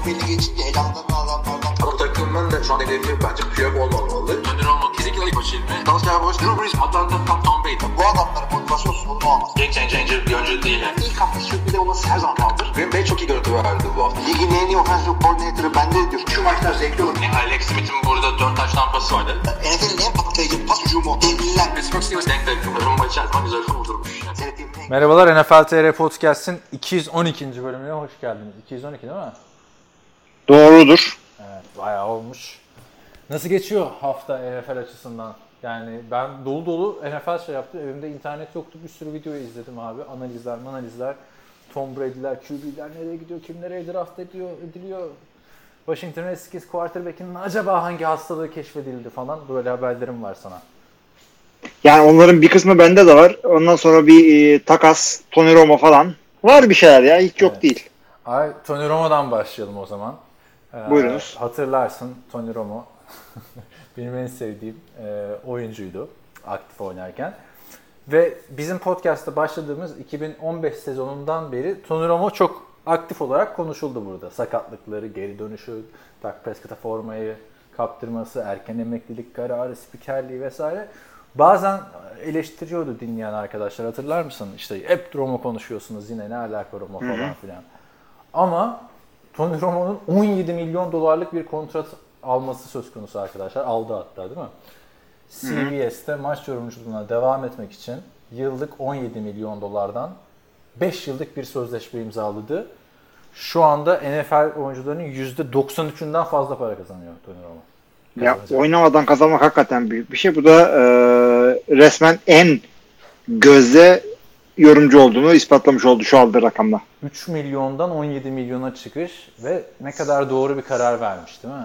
belli geçince elanlarını alanlardan. Ama takımın da şu an hedefi bence Piyok olmamalı. Döner olmak kesinlikle başı ilmi. Dalsya Boş, Drew Brees, Atlanta, Tom Brady. Bu adamların motivasyon sorunu olmaz. Game changer bir oyuncu değil. Yani. İlk hafta sürpriz olması her zaman kaldır. Green Bay çok iyi görüntü verdi bu hafta. Ligin en iyi offensive coordinator'ı bende diyor. Şu maçlar zevkli olur. Alex Smith'in burada 4 taş tampası vardı. NFL'in en patlayıcı pas hücumu. Devliler. Pittsburgh Steelers denk denk. Rumba içerisinde güzel kurdurmuş. Merhabalar, NFL TR Podcast'in 212. bölümüne hoş geldiniz. 212 değil mi? Doğrudur. Evet, bayağı olmuş. Nasıl geçiyor hafta NFL açısından? Yani ben dolu dolu NFL yaptım. Evimde internet yoktu. Bir sürü video izledim abi. Analizler. Tom Brady'ler, QB'ler nereye gidiyor, kim nereye draft ediliyor. Washington Redskins quarterback'inin acaba hangi hastalığı keşfedildi falan, böyle haberlerim var sana. Yani onların bir kısmı bende de var. Ondan sonra bir takas, Tony Romo falan. Var bir şeyler ya. Hiç yok değil. Tony Romo'dan başlayalım o zaman. Buyurunuz. Hatırlarsın Tony Romo. Benim en sevdiğim oyuncuydu aktif oynarken. Ve bizim podcast'ta başladığımız 2015 sezonundan beri Tony Romo çok aktif olarak konuşuldu burada. Sakatlıkları, geri dönüşü, Dak Prescott'a formayı kaptırması, erken emeklilik kararı, spikerliği vesaire. Bazen eleştiriyordu dinleyen arkadaşlar, hatırlar mısın? İşte hep Romo konuşuyorsunuz, yine ne alaka Romo falan filan. Ama Tony Romo'nun 17 milyon dolarlık bir kontrat alması söz konusu arkadaşlar. Aldı hatta, değil mi? CBS'te maç yorumculuğuna devam etmek için yıllık 17 milyon dolardan 5 yıllık bir sözleşme imzaladı. Şu anda NFL oyuncularının %93'ünden fazla para kazanıyor Tony Romo. Ya oynamadan kazanmak hakikaten büyük bir şey. Bu da resmen en gözde yorumcu olduğunu ispatlamış oldu şu aldığı rakamla. 3 milyondan 17 milyona çıkış ve ne kadar doğru bir karar vermiş, değil mi?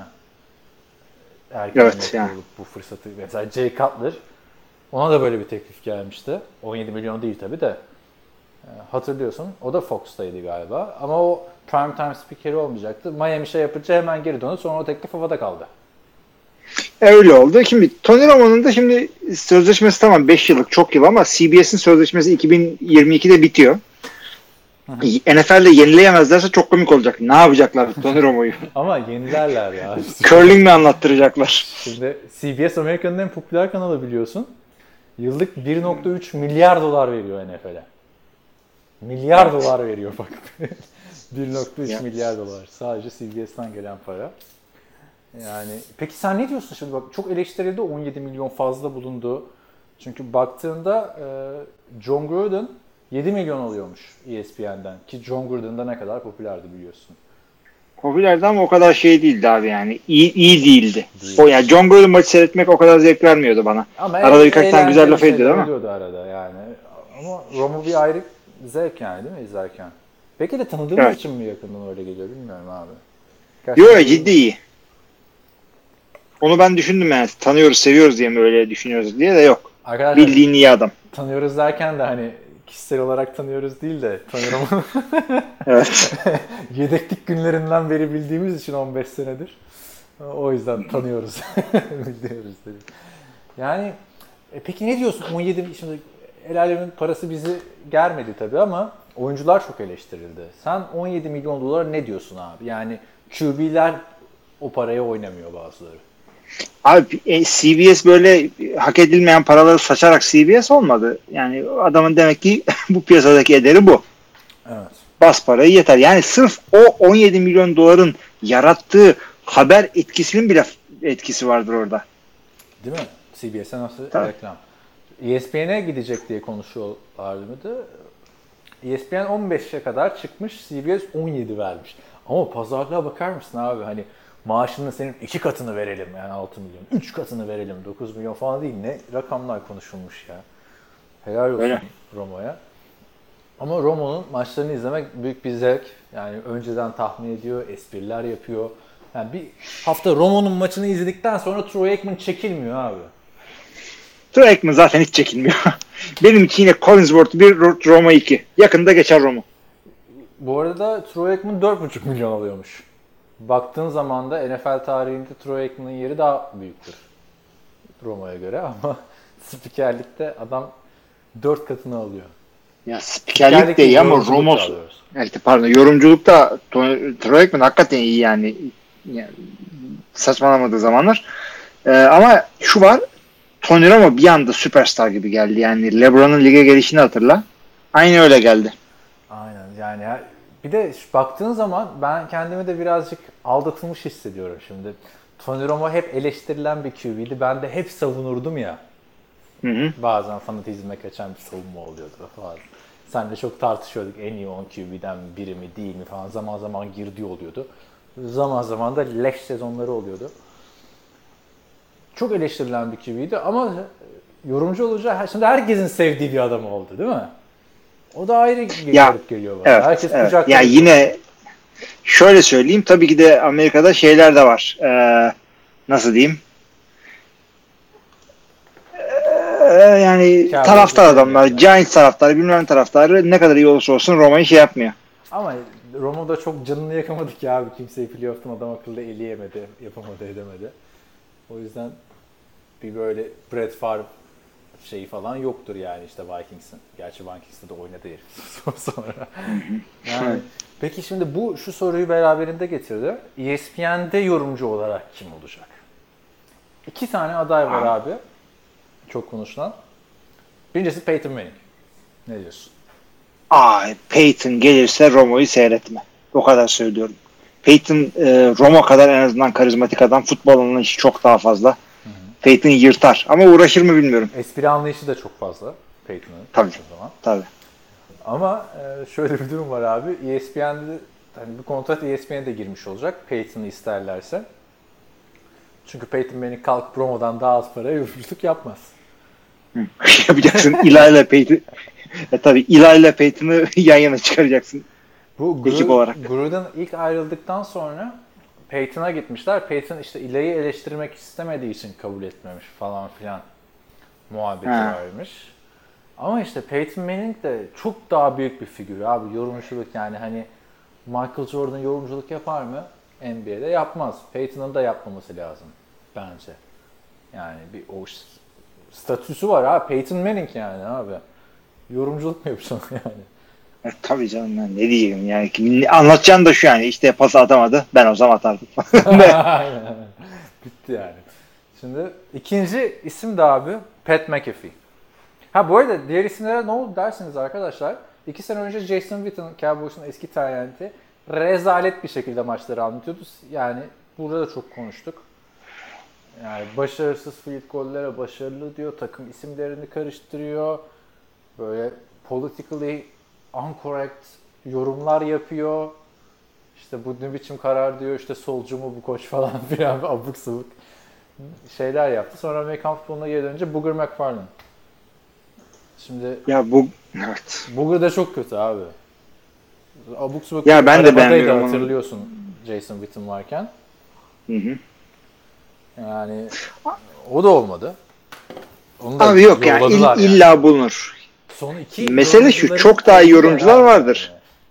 Evet yani. Bu fırsatı. Mesela Jay Cutler, ona da böyle bir teklif gelmişti. 17 milyon değil tabii de. Hatırlıyorsun. O da Fox'taydı galiba. Ama o primetime spikeri olmayacaktı. Miami yapınca hemen geri döndü. Sonra o teklif havada kaldı. Öyle oldu. Şimdi Tony Romo'nun da şimdi sözleşmesi tamam 5 yıllık, çok yıl, ama CBS'in sözleşmesi 2022'de bitiyor. NFL'de yenileyemezlerse çok komik olacak. Ne yapacaklar Tony Romo'yu? Ama yenilerler ya. Curling mi anlattıracaklar? Şimdi CBS Amerika'nın en popüler kanalı, biliyorsun. Yıllık 1.3 milyar dolar veriyor NFL'e. Milyar dolar veriyor bak. 1.3 milyar dolar. Sadece CBS'ten gelen para. Yani peki sen ne diyorsun şimdi? Bak, çok eleştirildi, 17 milyon fazla bulundu. Çünkü baktığında John Gruden 7 milyon alıyormuş ESPN'den. Ki John Gruden da ne kadar popülerdi biliyorsun. Popülerdi ama o kadar şey değildi abi yani. İyi değildi. O yani John Gruden maçı seyretmek o kadar zevk vermiyordu bana. Ama arada birkaç tane güzel laf ediyordu ama. Arada yani. Ama Romo bir ayrı zevk yani, değil mi izlerken? Peki de tanıdığımız için mi yakından öyle geliyor bilmiyorum abi. Yok, ciddi iyi. Onu ben düşündüm yani. Tanıyoruz, seviyoruz diye mi öyle düşünüyoruz diye de yok. Arkadaşlar, bildiğin iyi adam. Tanıyoruz derken de hani kişisel olarak tanıyoruz değil de tanıyorum. Evet. Yedeklik günlerinden beri bildiğimiz için 15 senedir. O yüzden tanıyoruz. Biliyoruz dedim. Yani peki ne diyorsun? 17 şimdi el alemin parası bizi germedi tabii ama oyuncular çok eleştirildi. Sen 17 milyon dolar ne diyorsun abi? Yani QB'ler o paraya oynamıyor bazıları. Abi CBS böyle hak edilmeyen paraları saçarak CBS olmadı. Yani adamın demek ki bu piyasadaki ederi bu. Evet. Bas parayı yeter. Yani sırf o 17 milyon doların yarattığı haber etkisinin bile etkisi vardır orada. Değil mi? CBS'e nasıl Tabii. reklam? ESPN'e gidecek diye konuşuyorlardı mıydı? ESPN 15'e kadar çıkmış, CBS 17 vermiş. Ama pazarlığa bakar mısın abi? Hani maaşının senin 2 katını verelim yani 6 milyon. 3 katını verelim 9 milyon falan değil. Ne rakamlar konuşulmuş ya. Helal olsun öyle Romo'ya. Ama Romo'nun maçlarını izlemek büyük bir zevk. Yani önceden tahmin ediyor, espriler yapıyor. Yani bir hafta Romo'nun maçını izledikten sonra Troy Aikman çekilmiyor abi. Troy Aikman zaten hiç çekilmiyor. Benim için yine Collinsworth 1, Romo 2. Yakında geçer Romo. Bu arada Troy Aikman 4,5 milyon alıyormuş. Baktığın zaman da NFL tarihinde Troy Aikman'ın yeri daha büyüktür Romo'ya göre ama spikerlikte adam 4 katını alıyor. Ya spikerlik de iyi ama Romo işte pardon yorumculukta Troy Aikman hakikaten iyi yani saçmalamadığı zamanlar. Ama şu var, Tony Romo bir anda süperstar gibi geldi. Yani LeBron'un lige gelişini hatırla. Aynı öyle geldi. Aynen yani bir de baktığın zaman ben kendimi de birazcık aldatılmış hissediyorum şimdi. Tony Romo hep eleştirilen bir QB'ydi. Ben de hep savunurdum ya. Hı. Bazen fanatizme kaçan bir savunma oluyordu falan. Seninle çok tartışıyorduk en iyi 10 QB'den biri mi değil mi falan. Zaman zaman girdiği oluyordu. Zaman zaman da leş sezonları oluyordu. Çok eleştirilen bir QB'ydi ama yorumcu olunca şimdi herkesin sevdiği bir adam oldu değil mi? O da ayrı garip geliyor bana. Evet, Herkes evet. kucaklıyor. Ya yine şöyle söyleyeyim, tabii ki de Amerika'da şeyler de var. Nasıl diyeyim? Yani taraftar adamlar, Giants taraftarı, bilmem taraftarı ne kadar iyi olursa olsun Roma'yı şey yapmıyor. Ama Romo'da çok canını yakamadık ya abi. Kimseyi playoff'tan adam akıllı eleyemedi, yapamadı, edemedi. O yüzden bir böyle Brett Favre şeyi falan yoktur yani işte Vikings'in. Gerçi Vikings'te de oynadı herif sonra. Yani, peki şimdi şu soruyu beraberinde getirdi. ESPN'de yorumcu olarak kim olacak? 2 tane aday var abi. Çok konuşulan. Birincisi Peyton Manning. Ne diyorsun? Peyton gelirse Romo'yu seyretme. O kadar söylüyorum. Peyton Romo kadar en azından karizmatik adam. Futbol anlayışı çok daha fazla. Peyton yırtar. Ama uğraşır mı bilmiyorum. Espri anlayışı da çok fazla Peyton'ın. Tabii. Zaman. Tabii. Ama şöyle bir durum var abi. ESPN'de hani bu kontrat ESPN'e de girmiş olacak. Peyton'ı isterlerse. Çünkü Peyton Manning kalkıp Romo'dan daha az paraya yorumculuk yapmaz. Yapacaksın Eli ile Peyton. Tabii Eli ile Peyton'ı yan yana çıkaracaksın. Bu ekip olarak. Gruden ilk ayrıldıktan sonra Peyton'a gitmişler. Peyton işte Eli'yi eleştirmek istemediği için kabul etmemiş falan filan muhabbeti varmış. Ama işte Peyton Manning de çok daha büyük bir figür abi. Yorumculuk yani hani Michael Jordan yorumculuk yapar mı? NBA'de yapmaz. Peyton'ın da yapmaması lazım bence. Yani bir o statüsü var ha. Peyton Manning yani abi. Yorumculuk mu yapacaksın yani? Tabii canım, ben ne diyeceğim yani. Anlatacağın da şu yani. İşte pası atamadı. Ben o zaman atardım. Bitti yani. Şimdi ikinci isim de abi Pat McAfee. Bu arada diğer isimlere ne oldu dersiniz arkadaşlar? 2 sene önce Jason Witten, Cowboys'un eski tayyenti, rezalet bir şekilde maçları anlatıyordu. Yani burada da çok konuştuk. Yani başarısız field gollere başarılı diyor, takım isimlerini karıştırıyor. Böyle politically incorrect yorumlar yapıyor. İşte bu ne biçim karar diyor, işte solcu mu bu koç falan filan abuk sabuk şeyler yaptı. Sonra Amerikan futboluna geri dönünce Booger McFarland. Şimdi ya evet. Booger da çok kötü abi. Abuk sabuk ya ben de beğenmiyorum. Hatırlıyorsun Jason Witten varken. Hı. Yani o da olmadı. Onu da abi yok ya yani. İlla bulunur. Son iki mesele şu, çok daha iyi yorumcular vardır.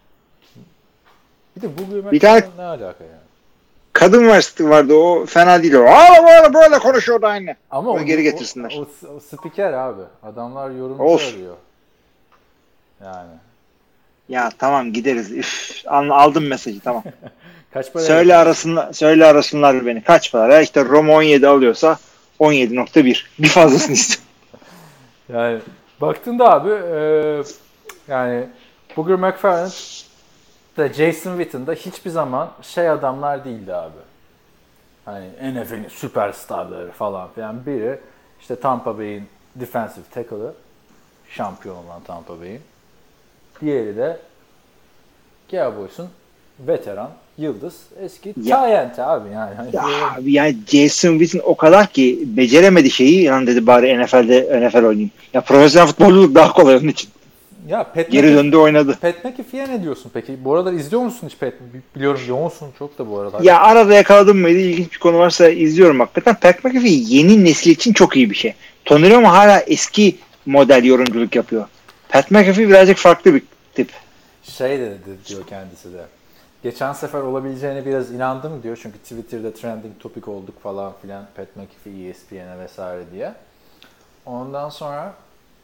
Bir de Booger bir tane ne alaka yani? Kadın vardı, o fena değil o. Böyle konuşuyordu aynı. Ama onu geri getirsinler. O spiker abi. Adamlar yorumcu arıyor. Yani. Ya tamam gideriz. Aldım mesajı tamam. Kaç para? Söyle arasınlar beni. Kaç para? İşte Roma 17 alıyorsa 17.1. Bir fazlasını istiyorum. Yani baktığında abi yani Booger McFarland da Jason Witten da hiçbir zaman adamlar değildi abi. Hani NFL'in süperstarları falan filan. Biri işte Tampa Bay'in defensive tackle'ı, şampiyon olan Tampa Bay'in. Diğeri de Cowboys'un veteran, yıldız, eski giant abi yani. Yani Jason Witten o kadar ki beceremedi şeyi, yani dedi bari NFL oynayayım. Ya profesyonel futbolculuk daha kolay onun için. Ya geri döndü oynadı. Pat McAfee'ye ne diyorsun peki? Bu aralar izliyor musun hiç Pat? Biliyorum yoğunsun çok da bu aralar. Ya arada yakaladım mıydı? İlginç bir konu varsa izliyorum hakikaten. Pat McAfee yeni nesil için çok iyi bir şey. Tony Romo hala eski model yorumculuk yapıyor. Pat McAfee birazcık farklı bir tip. Dedi diyor kendisi de. Geçen sefer olabileceğine biraz inandım diyor. Çünkü Twitter'da trending topic olduk falan filan. Pat McAfee, ESPN'e vesaire diye. Ondan sonra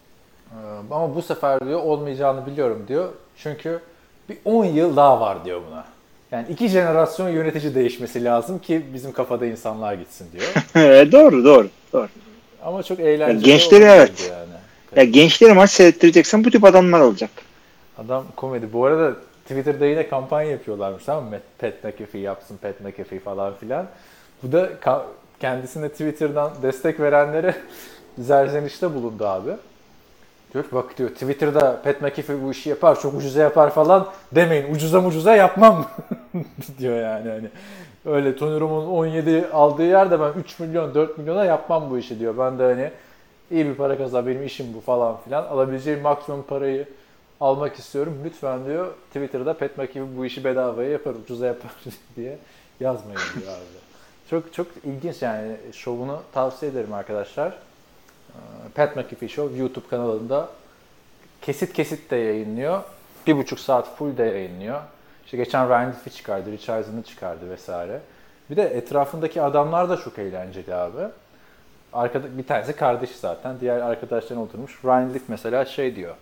Ama bu sefer diyor olmayacağını biliyorum diyor. Çünkü bir 10 yıl daha var diyor buna. Yani 2 jenerasyon yönetici değişmesi lazım ki bizim kafada insanlar gitsin diyor. Doğru. Ama çok eğlenceli. Gençleri evet. Yani. Ya gençleri maç seyrettireceksen bu tip adamlar olacak. Adam komedi. Bu arada Twitter'da yine kampanya yapıyorlarmış, tamam mı? Pat McAfee yapsın, Pat McAfee falan filan. Bu da kendisine Twitter'dan destek verenlere serzenişte bulundu abi. Diyor ki bak diyor Twitter'da Pat McAfee bu işi yapar, çok ucuza yapar falan demeyin. Ucuza yapmam diyor yani. Hani öyle Tony Romo'nun 17 aldığı yerde ben 3 milyon 4 milyona yapmam bu işi diyor. Ben de hani iyi bir para kazan, benim işim bu falan filan. Alabileceğim maksimum parayı almak istiyorum. Lütfen diyor Twitter'da Pat McAfee bu işi bedavaya yapar, ucuza yapar diye yazmayın diyor abi. Çok ilginç yani. Şovunu tavsiye ederim arkadaşlar. Pat McAfee Show YouTube kanalında kesit de yayınlıyor. 1,5 saat full de yayınlıyor. İşte geçen Ryan Diffie çıkardı, Rich Eisen'ı çıkardı vesaire. Bir de etrafındaki adamlar da çok eğlenceli abi. Bir tanesi kardeşi zaten. Diğer arkadaşlarına oturmuş. Ryan Diffie mesela şey diyor.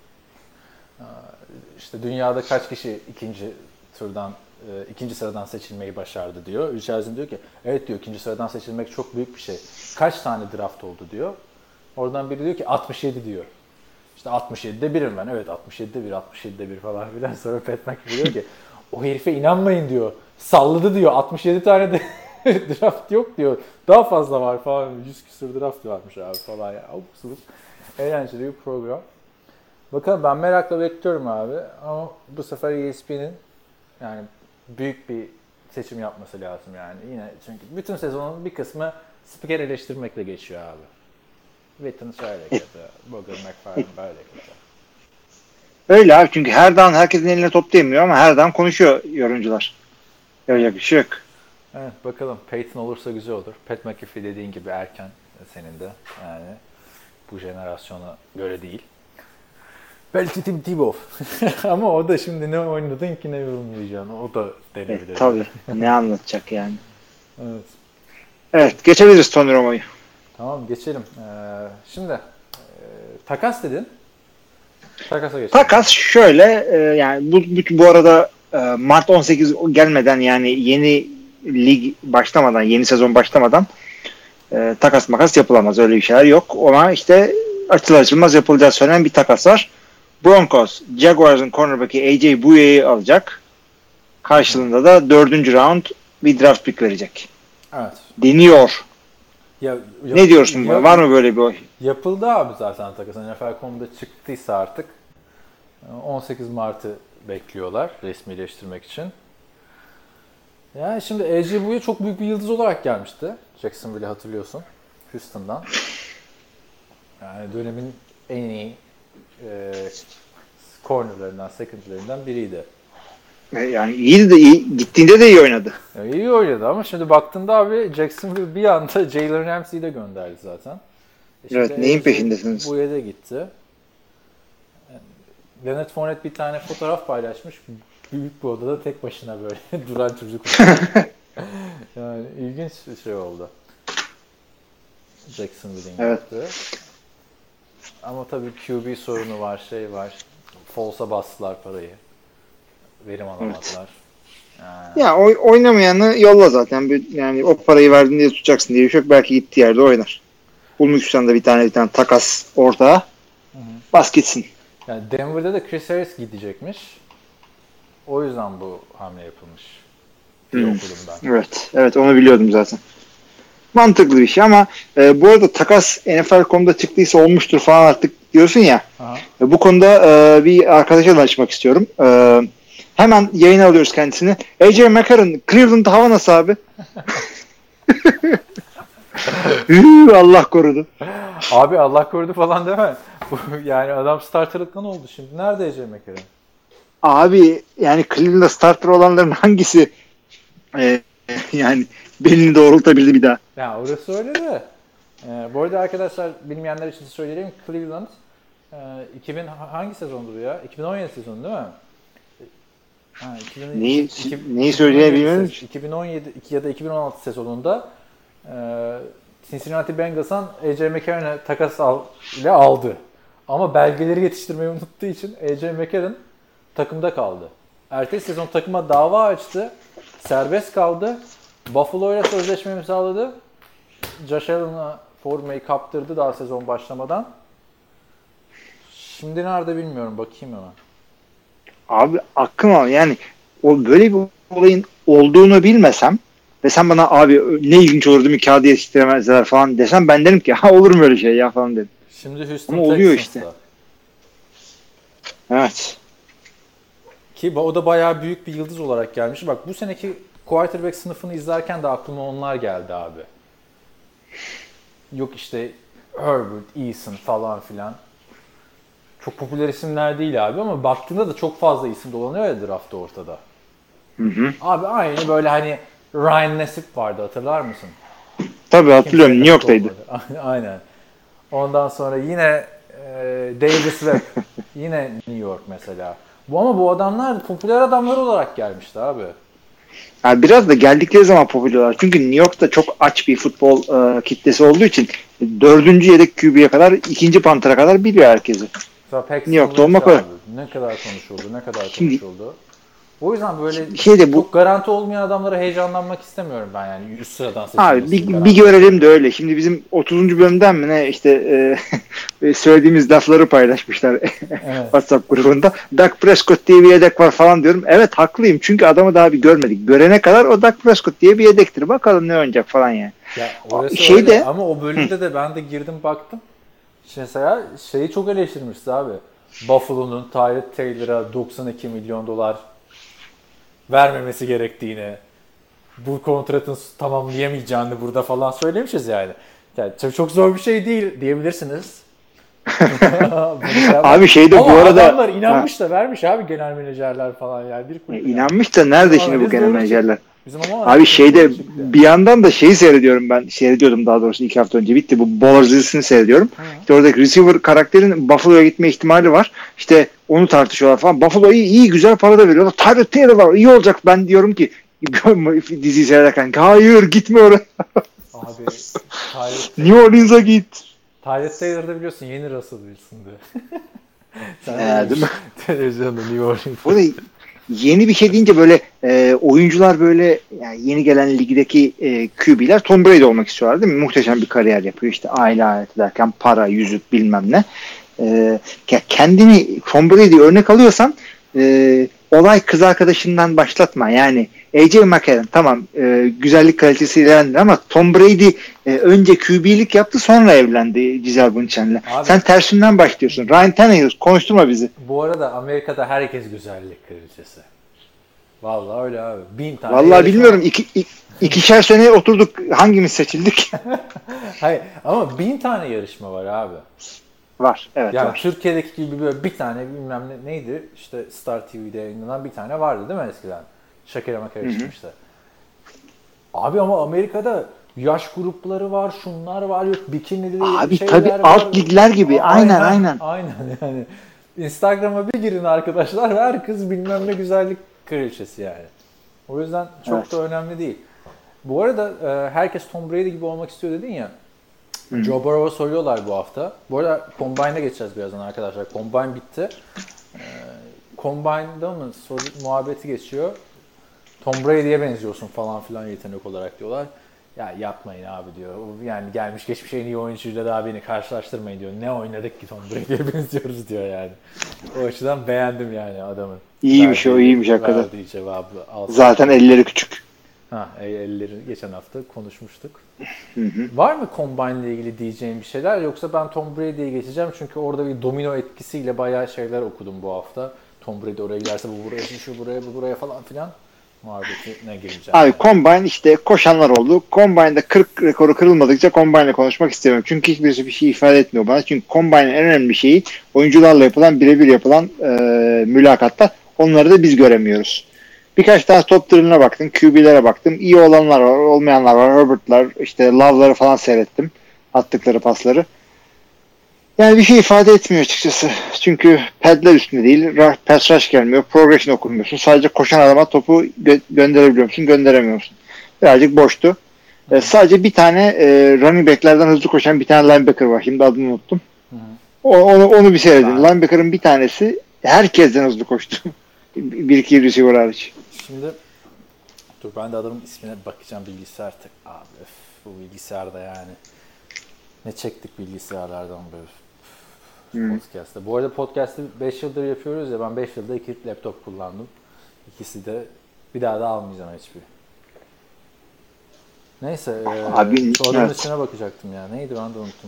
İşte dünyada kaç kişi ikinci sıradan seçilmeyi başardı diyor. Rich Eisen diyor ki evet diyor ikinci sıradan seçilmek çok büyük bir şey. Kaç tane draft oldu diyor. Oradan biri diyor ki 67 diyor. İşte 67'de birim ben. Evet 67'de bir falan filan. Sonra Pat McAfee diyor ki o herife inanmayın diyor. Salladı diyor. 67 tane de draft yok diyor. Daha fazla var falan. 100 küsur draft varmış abi falan ya. Eğlenceli bir program. Bakalım ben merakla bekliyorum abi. Ama bu sefer ESPN'in yani büyük bir seçim yapması lazım yani. Yine çünkü bütün sezonun bir kısmı spiker eleştirmekle geçiyor abi. Witten şöyle kötü, Booger McFarland böyle kötü. Öyle abi çünkü her down herkesin eline top değmiyor ama her down konuşuyor yorumcular. Öyle bir şey yok. Evet bakalım Peyton olursa güzel olur. Pat McAfee dediğin gibi erken senin de yani bu jenerasyona göre değil. Belki Tim Tebow. Ama o da şimdi ne oynadın ki ne yorumlayacaksın. O da denebilir. Tabii. Ne anlatacak yani. Evet. Evet. Geçebiliriz Tony Romo'yu. Tamam geçelim. Şimdi takas dedin. Takasa geçelim. Takas şöyle yani bu arada Mart 18 gelmeden yani yeni lig başlamadan, yeni sezon başlamadan takas makas yapılamaz. Öyle bir şeyler yok. Ona işte açılır açılmaz yapılacağı söylenen bir takas var. Broncos, Jaguars'ın cornerback'i A.J. Bouye'yi alacak. Karşılığında da 4. round bir draft pick verecek. Evet. Deniyor. Ne diyorsun? Var mı böyle bir oy? Yapıldı abi zaten takas. NFL.com'da çıktıysa artık 18 Mart'ı bekliyorlar resmileştirmek için. Yani şimdi A.J. Bouye çok büyük bir yıldız olarak gelmişti. Jacksonville'i hatırlıyorsun. Houston'dan. Yani dönemin en iyi cornerlarından, secondary'lerinden biriydi. Yani iyiydi de iyi. Gittiğinde de iyi oynadı. Yani iyi oynadı ama şimdi baktığında abi Jacksonville bir anda Jalen Ramsey'i de gönderdi zaten. Evet neyin peşindesiniz? Bouye de gitti. Yani Leonard Fournette bir tane fotoğraf paylaşmış. Büyük bir odada tek başına böyle duran çocuk. Yani ilginç bir şey oldu. Jacksonville'in yaptığı. Ama tabii QB sorunu var, şey var. False'a bastılar parayı. Verim alamadılar. Evet. Ya oynamayanı yolla zaten. Yani o parayı verdin diye tutacaksın diye bir şey yok. Belki gittiği yerde oynar. Bulmuşsan da bir tane takas ortağı. Bas gitsin. Yani Denver'da da Chris Harris gidecekmiş. O yüzden bu hamle yapılmış. Okudum ben. Evet onu biliyordum zaten. Mantıklı bir şey ama bu arada takas NFL.com'da çıktıysa olmuştur falan artık diyorsun ya. Bu konuda bir arkadaşa danışmak istiyorum. Hemen yayına alıyoruz kendisini. A.J. McCarron, Cleveland hava nasıl abi? Allah korudu. Abi Allah korudu falan deme. Yani adam starterlıktan oldu şimdi. Nerede A.J. McCarron? Abi yani Cleveland'da starter olanların hangisi yani belini doğrultabildi bir daha? Ya orası öyle de. Bu arada arkadaşlar bilmeyenler için söyleyeyim. Cleveland 2000 hangi sezondu bu ya? 2017 sezonu değil mi? Neyi söyleyebilmiyorum. 2017 ya da 2016 sezonunda Cincinnati Bengals'ın A.J. McCarron'ı takas ile aldı. Ama belgeleri yetiştirmeyi unuttuğu için A.J. McCarron takımda kaldı. Ertesi sezon takıma dava açtı. Serbest kaldı. Buffalo ile sözleşme imzaladı. Josh Allen'a formayı kaptırdı daha sezon başlamadan. Şimdi nerede bilmiyorum. Bakayım hemen. Abi aklıma yani o böyle bir olayın olduğunu bilmesem ve sen bana abi ne ilginç olurdu bir kağıdı yetiştiremezler falan desem ben derim ki ha olur mu öyle şey ya falan dedim. Şimdi Houston ama oluyor Texans'ta. işte. Evet. Ki o da bayağı büyük bir yıldız olarak gelmiş. Bak bu seneki quarterback sınıfını izlerken de aklıma onlar geldi abi. Yok işte Herbert, Eason falan filan. Çok popüler isimler değil abi ama baktığında da çok fazla isim dolanıyor ya draftta ortada. Hı. Abi aynı böyle hani Ryan Nassib vardı hatırlar mısın? Tabii hatırlıyorum. Kimse New York'taydı. Aynen. Ondan sonra yine Davis Webb. Yine New York mesela. Bu adamlar popüler adamlar olarak gelmişti abi. Yani biraz da geldikleri zaman popüler. Çünkü New York'ta çok aç bir futbol kitlesi olduğu için 4. yedek QB'ye kadar 2. pantera kadar biliyor herkesi. New York'ta olmak öyle. Ne kadar konuşuldu. O yüzden böyle bu, çok garanti olmayan adamlara heyecanlanmak istemiyorum ben yani üst sıradan abi seçilmesi. bir görelim de öyle. Şimdi bizim 30. bölümden mi ne işte söylediğimiz lafları paylaşmışlar Evet. WhatsApp grubunda. Dak Prescott diye bir yedek var falan diyorum. Evet haklıyım çünkü adamı daha bir görmedik. Görene kadar o Dak Prescott diye bir yedektir. Bakalım ne oynayacak falan yani. Ya orası öyle ama o bölümde de ben de girdim baktım. Mesela şeyi çok eleştirmişti abi. Buffalo'nun Tyrod Taylor'a 92 milyon dolar vermemesi gerektiğini, bu kontratın tamamlayamayacağını burada falan söylemişiz yani. Yani çok zor bir şey değil diyebilirsiniz. Abi şeyde bu arada adamlar inanmış da vermiş abi genel menajerler falan yani. İnanmış da nerede şimdi bu genel menajerler? Abi şeyde bir yandan da şeyi seyrediyordum daha doğrusu 2 hafta önce bitti. Bu Bowler dizisini seyrediyorum. İşte oradaki receiver karakterin Buffalo'ya gitme ihtimali var. İşte onu tartışıyorlar falan. Buffalo'ya iyi güzel para da veriyorlar. Tyrod Taylor var. İyi olacak. Ben diyorum ki diziyi seyrederken hayır gitme oraya. Abi New Orleans'a git. Tyrod Taylor'da biliyorsun yeni Russell Wilson'dı. Değil mi? Televizyonda New Orleans. Bu da yeni bir şey deyince böyle oyuncular böyle yani yeni gelen ligdeki QB'ler Tom Brady olmak istiyorlar değil mi? Muhteşem bir kariyer yapıyor işte aile hayatı derken para, yüzük bilmem ne. Kendini Tom Brady'yi örnek alıyorsan olay kız arkadaşından başlatma. Yani A.J. McCarron tamam güzellik kalitesi ilerlendi ama Tom Brady önce QB'lik yaptı sonra evlendi Gisele Bündchen'le. Sen tersinden başlıyorsun. Ryan Tannehill konuşturma bizi. Bu arada Amerika'da herkes güzellik kraliçesi. Vallahi öyle abi. 1000 tane. Vallahi bilmiyorum. İkişer sene oturduk. Hangimiz seçildik? Hayır ama 1000 tane yarışma var abi. Var. Evet yani var. Türkiye'deki gibi böyle bir tane bilmem ne neydi işte Star TV'de yayınlanan bir tane vardı değil mi eskiden? Şakir'e karışmıştı. Abi ama Amerika'da yaş grupları var, şunlar var, yok bikinili abi, şeyler tabii, var. alt ligler gibi. Aynen. Aynen yani. Instagram'a bir girin arkadaşlar her kız bilmem ne güzellik kraliçesi yani. O yüzden çok da önemli değil. Bu arada herkes Tom Brady gibi olmak istiyor dedin ya. Joe Burrow'a soruyorlar bu hafta. Bu arada Combine'a geçeceğiz birazdan arkadaşlar. Combine bitti. Combine'da mı muhabbeti geçiyor. Tom Brady'ye benziyorsun falan filan yetenek olarak diyorlar. Ya yapmayın abi diyor. Yani gelmiş geçmiş en iyi oyuncuyla daha beni karşılaştırmayın diyor. Ne oynadık ki Tom Brady'ye benziyoruz diyor yani. O açıdan beğendim yani adamın. İyiymiş hakikaten. Verdiği cevabı. Zaten elleri küçük. Elleri geçen hafta konuşmuştuk. Var mı Combine ile ilgili diyeceğim bir şeyler yoksa ben Tom Brady'ye geçeceğim çünkü orada bir domino etkisiyle bayağı şeyler okudum bu hafta. Tom Brady oraya giderse bu buraya, şu buraya, bu buraya falan filan muhabbetine gireceğim. Abi Combine işte koşanlar oldu. Combine'da 40 rekoru kırılmadıkça Combine'le konuşmak istemiyorum. Çünkü hiçbirisi bir şey ifade etmiyor bana. Çünkü Combine'in en önemli şeyi oyuncularla yapılan birebir yapılan mülakatta onları da biz göremiyoruz. Birkaç tane top drill'ine baktım. QB'lere baktım. İyi olanlar var, olmayanlar var. Herbert'lar, işte Love'ları falan seyrettim. Attıkları pasları. Yani bir şey ifade etmiyor açıkçası. Çünkü padler üstünde değil. Pass rush gelmiyor. Progression okumuyorsun. Sadece koşan adama topu gönderebiliyor musun? Gönderemiyor musun? Birazcık boştu. Sadece bir tane running back'lerden hızlı koşan bir tane linebacker var. Şimdi adını unuttum. Onu bir seyredin. Linebacker'ın bir tanesi herkesten hızlı koştu. Bir iki receiver hariç. Şimdi dur ben de adamın ismine bakacağım bilgisayar. Abi bu bilgisayarda yani. Ne çektik bilgisayarlardan böyle podcast'ta. Bu arada podcast'ı 5 yıldır yapıyoruz ya, ben 5 yılda 2 laptop kullandım. İkisi de bir daha da almayacağım hiçbir. Neyse şu adamın ismine bakacaktım ya. Neydi ben de unuttum.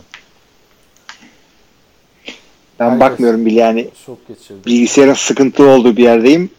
Ben Herkes bakmıyorum bile yani. Şok geçirdi. Bilgisayarın sıkıntılı olduğu bir yerdeyim.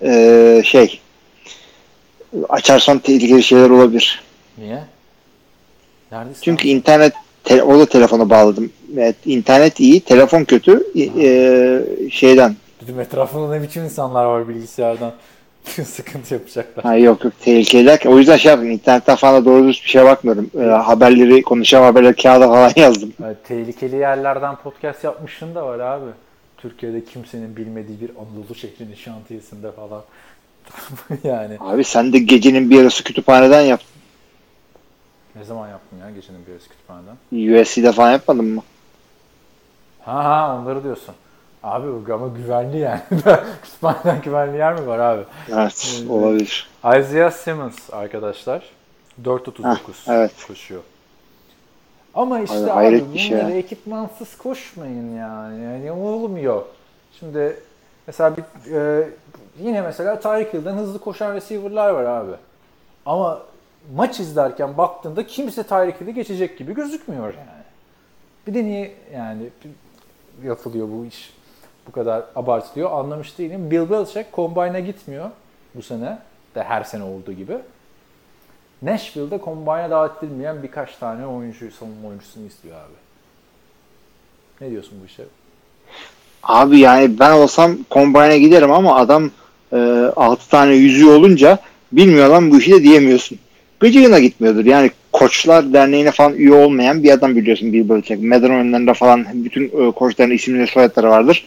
Açarsan tehlikeli şeyler olabilir. Niye? Neredesin? Çünkü internet o da telefona bağladım. Evet, internet iyi, telefon kötü. Şeyden. Bizim etrafında ne biçim insanlar var bilgisayardan. Sıkıntı yapacaklar. Ha, yok tehlikeli derken. O yüzden şey yaptım. İnternetten falan doğru düz bir şeye bakmıyorum. Haberleri, konuşan haberleri kağıda falan yazdım. Evet, tehlikeli yerlerden podcast yapmışsın da var abi. Türkiye'de kimsenin bilmediği bir Anadolu şehrinin şantiyesinde falan. Yani. Abi sen de gecenin bir yarısı kütüphaneden yaptın. Ne zaman yaptın ya gecenin bir yarısı kütüphaneden? USC'de falan yapmadın mı? Ha onları diyorsun. Abi ama güvenli yani. Kütüphaneden güvenli yer mi var abi? Evet, olabilir. Isaiah Simmons arkadaşlar. 4.39 evet. koşuyor. Ama işte abi bunları ekipmansız koşmayın yani. Yani olmuyor. Şimdi mesela yine mesela Tyreek Hill'den hızlı koşan receiver'lar var abi. Ama maç izlerken baktığında kimse Tyreek Hill'i geçecek gibi gözükmüyor yani. Bir de niye yani yapılıyor bu iş? Bu kadar abartılıyor. Anlamış değilim. Bill Belichick Combine'a gitmiyor bu sene. De her sene olduğu gibi. Nashville'da Combine'a davet edilmeyen birkaç tane savunma oyuncusunu istiyor abi. Ne diyorsun bu işe? Abi yani ben olsam Combine'a giderim ama adam 6 tane yüzüğü olunca bilmiyor lan bu işi de diyemiyorsun. Gıcığına gitmiyordur. Yani Koçlar Derneği'ne falan üye olmayan bir adam biliyorsun Bill Belichick. Medal önlerinde falan bütün koçların isimleri soyadları vardır.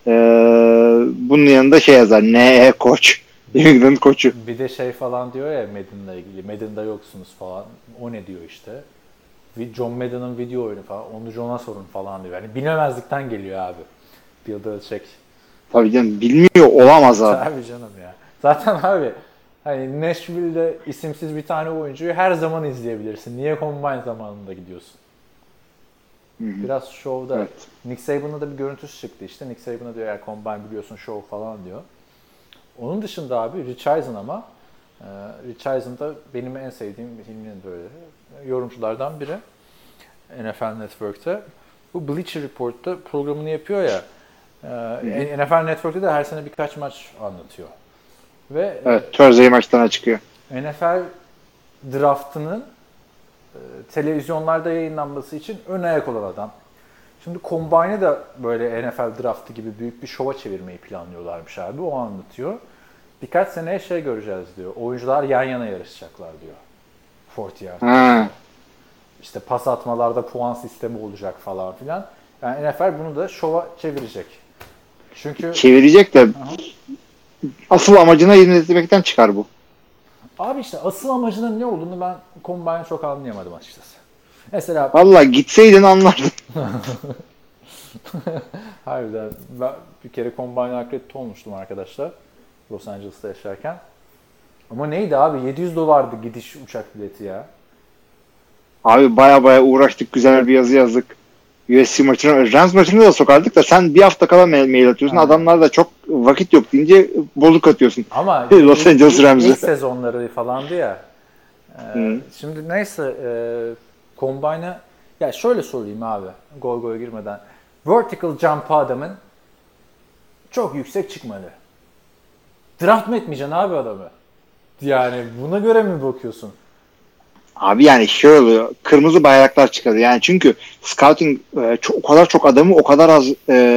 Bunun yanında şey yazar. Ne koç. England koçu. Bir de falan diyor ya Madden'la ilgili. Madden'da yoksunuz falan. O ne diyor işte. John Madden'ın video oyunu falan. Onu John'a sorun falan diyor. Yani bilemezlikten geliyor abi. Bill Belichick. Tabii canım bilmiyor olamaz abi. Tabii canım ya. Zaten abi hani Nashville'de isimsiz bir tane oyuncuyu her zaman izleyebilirsin. Niye Combine zamanında gidiyorsun? Hı-hı. Biraz şovda. Evet. Nick Saban'da da bir görüntüsü çıktı işte. Nick Saban'a diyor ya Combine biliyorsun şov falan diyor. Onun dışında abi Rich Eisen ama Rich Eisen da benim en sevdiğim filmin böyle yorumculardan biri. NFL Network'te. Bu Bleacher Report'ta programını yapıyor ya. NFL Network'te de her sene birkaç maç anlatıyor. Ve evet, Thursday maçlarına çıkıyor. NFL draftının televizyonlarda yayınlanması için ön ayak olan adam. Şimdi Combine'ı da böyle NFL draftı gibi büyük bir şova çevirmeyi planlıyorlarmış abi. O anlatıyor. Birkaç seneye göreceğiz diyor. Oyuncular yan yana yarışacaklar diyor. 40 yard. İşte pas atmalarda puan sistemi olacak falan filan. Yani NFL bunu da şova çevirecek. Çünkü çevirecek de asıl amacına hizmet etmekten çıkar bu. Abi işte asıl amacının ne olduğunu ben Combine'ı çok anlayamadım açıkçası. Mesela vallahi gitseydin anlardın. Harbiden ben bir kere Combine'a akredite olmuştum arkadaşlar. Los Angeles'ta yaşarken. Ama neydi abi? $700 gidiş uçak bileti ya. Abi baya uğraştık. Güzel bir yazı yazdık. USC maçına, Rams maçına da sokardık da sen bir hafta kala mail atıyorsun. Adamlar da çok vakit yok deyince bozuk atıyorsun. Ama Los Angeles Rams'ı. İlk sezonları falandı ya. Şimdi neyse Combine'a ya şöyle söyleyeyim abi. Goya girmeden. Vertical jump adamın çok yüksek çıkmalı. Draft mı etmeyeceksin abi adamı? Yani buna göre mi bakıyorsun? Abi yani şöyle oluyor. Kırmızı bayraklar çıkarıyor. Yani çünkü scouting o kadar çok adamı o kadar az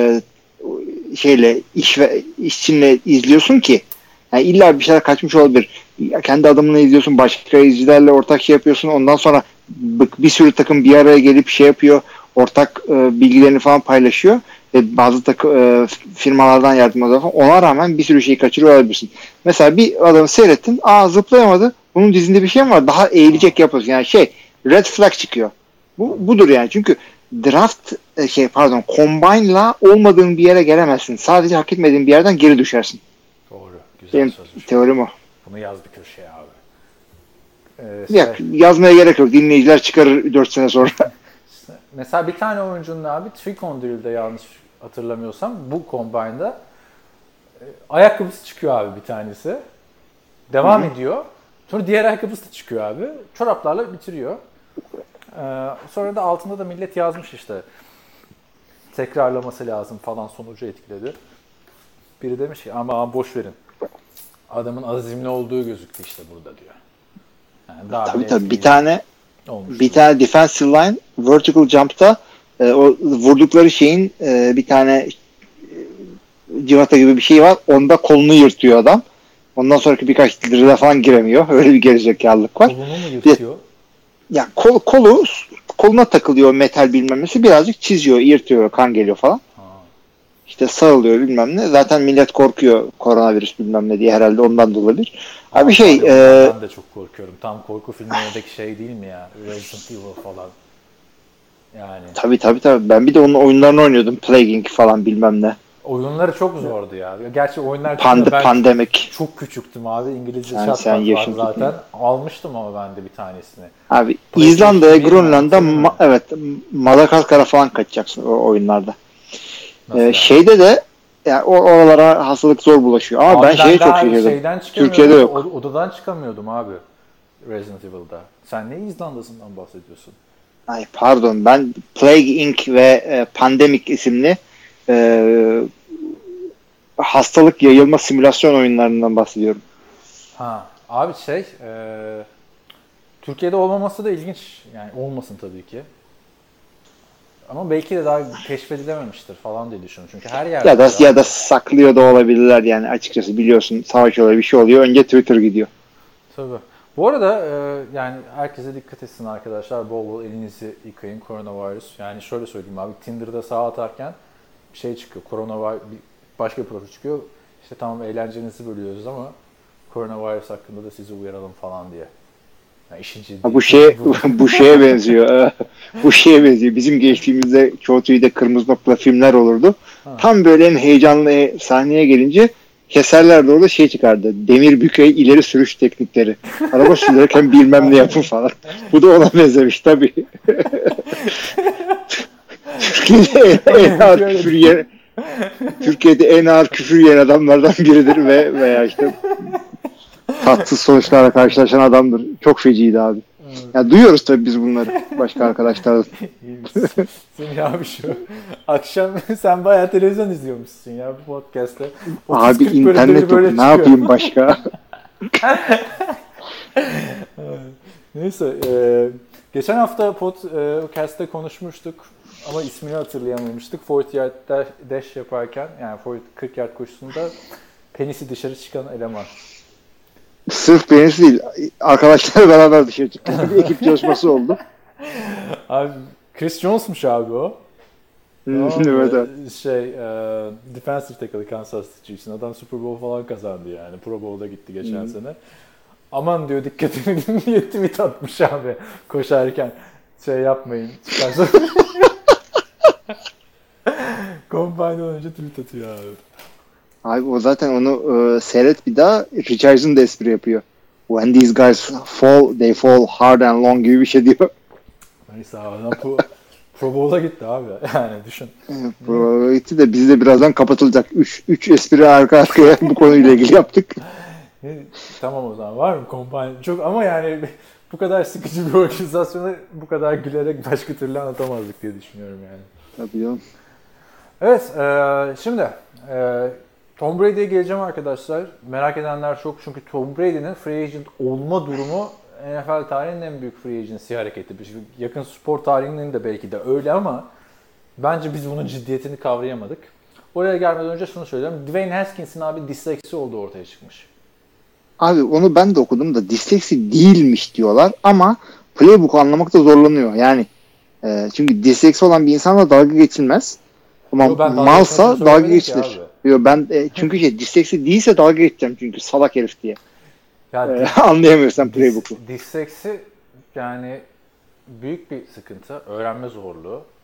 işçinle izliyorsun ki yani illa bir şeyler kaçmış olabilir. Kendi adamını izliyorsun. Başka izleyicilerle ortak şey yapıyorsun. Ondan sonra bir sürü takım bir araya gelip şey yapıyor. Ortak bilgilerini falan paylaşıyor. Ve bazı firmalardan yardım alıyor falan. Ona rağmen bir sürü şeyi kaçırıyor olabilirsin. Mesela bir adamı seyrettin. Zıplayamadı. Bunun dizinde bir şey mi var? Daha eğilecek yapıyorsun. Yani red flag çıkıyor. Budur yani. Çünkü draft combine'la olmadığın bir yere gelemezsin. Sadece hak etmediğin bir yerden geri düşersin. Doğru. Güzel Benim sözmüş. teorim o. Bunu yaz bir köşeye abi. Yazmaya gerek yok. Dinleyiciler çıkarır 4 sene sonra. Mesela bir tane oyuncunun abi Tricon Drill'de yanlış hatırlamıyorsam bu combine'da ayakkabısı çıkıyor abi bir tanesi. Devam ediyor. Sonra diğer ayakkabısı da çıkıyor abi. Çoraplarla bitiriyor. Sonra da altında da millet yazmış işte. Tekrarlaması lazım falan sonucu etkiledi. Biri demiş ki ama boş verin. Adamın azimli olduğu gözüktü işte burada diyor. Yani daha Tabii bir tane olmuş. Bir tane defensive line vertical jump'ta o vurdukları şeyin bir tane civata gibi bir şey var. Onda kolunu yırtıyor adam. Ondan sonraki birkaç drill'e falan giremiyor. Öyle bir gerizekalılık var. Kolunu mu yırtıyor? Ya koluna takılıyor metal bilmem nesi. Birazcık çiziyor, yırtıyor, kan geliyor falan. İşte sağılıyor bilmem ne. Zaten millet korkuyor koronavirüs bilmem ne diye herhalde ondan dolayı. Abi ben de çok korkuyorum. Tam korku filmlerindeki şey değil mi ya? Resident Evil falan. Yani. Tabii. Ben bir de onun oyunlarını oynuyordum. Plaguing falan bilmem ne. Oyunları çok zordu ya. Gerçi oyunlar Pandemik. Çok küçüktüm abi. İngilizce sen chat var yaşın zaten. tutmuyor. Almıştım ama ben de bir tanesini. Abi İzlanda'ya, Grönland'a Madagaskar'a falan kaçacaksın o oyunlarda. Şeyde de yani oralara hastalık zor bulaşıyor. Ama abi ben şeye çok şaşırdım. Türkiye'de yok. Odadan çıkamıyordum abi. Resident Evil'da. Sen ne İzlanda'sından bahsediyorsun? Ay pardon, ben Plague Inc. ve Pandemic isimli hastalık yayılma simülasyon oyunlarından bahsediyorum. Abi Türkiye'de olmaması da ilginç. Yani olmasın tabii ki. Ama belki de daha keşfedilememiştir falan diye düşünüyorum. Çünkü her yerde ya da saklıyor da olabilirler yani açıkçası biliyorsun savaş oluyor bir şey oluyor önce Twitter gidiyor. Tabii. Bu arada yani herkese dikkat etsin arkadaşlar. Bol bol elinizi yıkayın koronavirüs. Yani şöyle söyleyeyim abi Tinder'da sağ atarken bir şey çıkıyor. Koronavirüs başka bir profil çıkıyor. İşte tamam eğlencenizi bölüyoruz ama koronavirüs hakkında da sizi uyaralım falan diye. Yani işin ciddi. Bu şeye benziyor. Bu şeye benziyor. Bizim gençliğimizde çoğu TV'de kırmızı noktalı filmler olurdu. Tam böyle en heyecanlı sahneye gelince keserlerdi orada şey çıkardı. Demir bükey ileri sürüş teknikleri. Araba sürerken bilmem ne yapın falan. Bu da ona benzemiş tabii. Türkiye'de en ağır küfür yiyen adamlardan biridir veya işte tatsız sonuçlarla karşılaşan adamdır. Çok feciydi abi. Evet. Ya duyuyoruz tabii biz bunları başka arkadaşlardan. Sen abi şu akşam sen bayağı televizyon izliyormuşsun ya bu podcast'te. Abi internet yok. Ne yapayım başka? Neyse. Geçen hafta podcast'te konuşmuştuk ama ismini hatırlayamamıştık. 40 yard dash yaparken yani 40 yard koşusunda penisi dışarı çıkan eleman. Sırf penisi değil. Arkadaşlarla beraber dışarı çıktık. Bir ekip çalışması oldu. Abi Chris Jones'muş abi o. Evet. Defensive tackle Kansas City için. Adam Super Bowl falan kazandı yani. Pro Bowl'da gitti geçen sene. Aman diyor dikkat edin diye tweet atmış abi. Koşarken yapmayın. Çıkarsa Combine'dan önce tweet atıyor abi. Abi o zaten onu seyret bir daha. Richardson da espri yapıyor. When these guys fall, they fall hard and long gibi bir şey diyor. Neyse abi adam Pro Bowl'a gitti abi. Yani düşün. Pro Bowl'a gitti de bizi de birazdan kapatılacak. 3 espri arka arkaya bu konuyla ilgili yaptık. Tamam o zaman var mı Combine? Çok ama yani bu kadar sıkıcı bir organizasyonu bu kadar gülerek başka türlü anlatamazdık diye düşünüyorum yani. Tabii canım. Evet şimdi Tom Brady'ye geleceğim arkadaşlar. Merak edenler çok çünkü Tom Brady'nin free agent olma durumu NFL tarihinin en büyük free agency hareketi. Yakın spor tarihinin de belki de öyle ama bence biz bunun ciddiyetini kavrayamadık. Oraya gelmeden önce şunu söyleyeyim. Dwayne Haskins'in abi disleksi olduğu ortaya çıkmış. Abi onu ben de okudum da disleksi değilmiş diyorlar ama playbook'u anlamakta zorlanıyor. Yani çünkü disleksi olan bir insanla dalga geçilmez. Ama malsa dalga geçilir. Ben çünkü disleksi değilse dalga geçeceğim çünkü salak herif diye. Anlayamıyorsan playbook'u. Disleksi yani büyük bir sıkıntı, öğrenme zorluğu.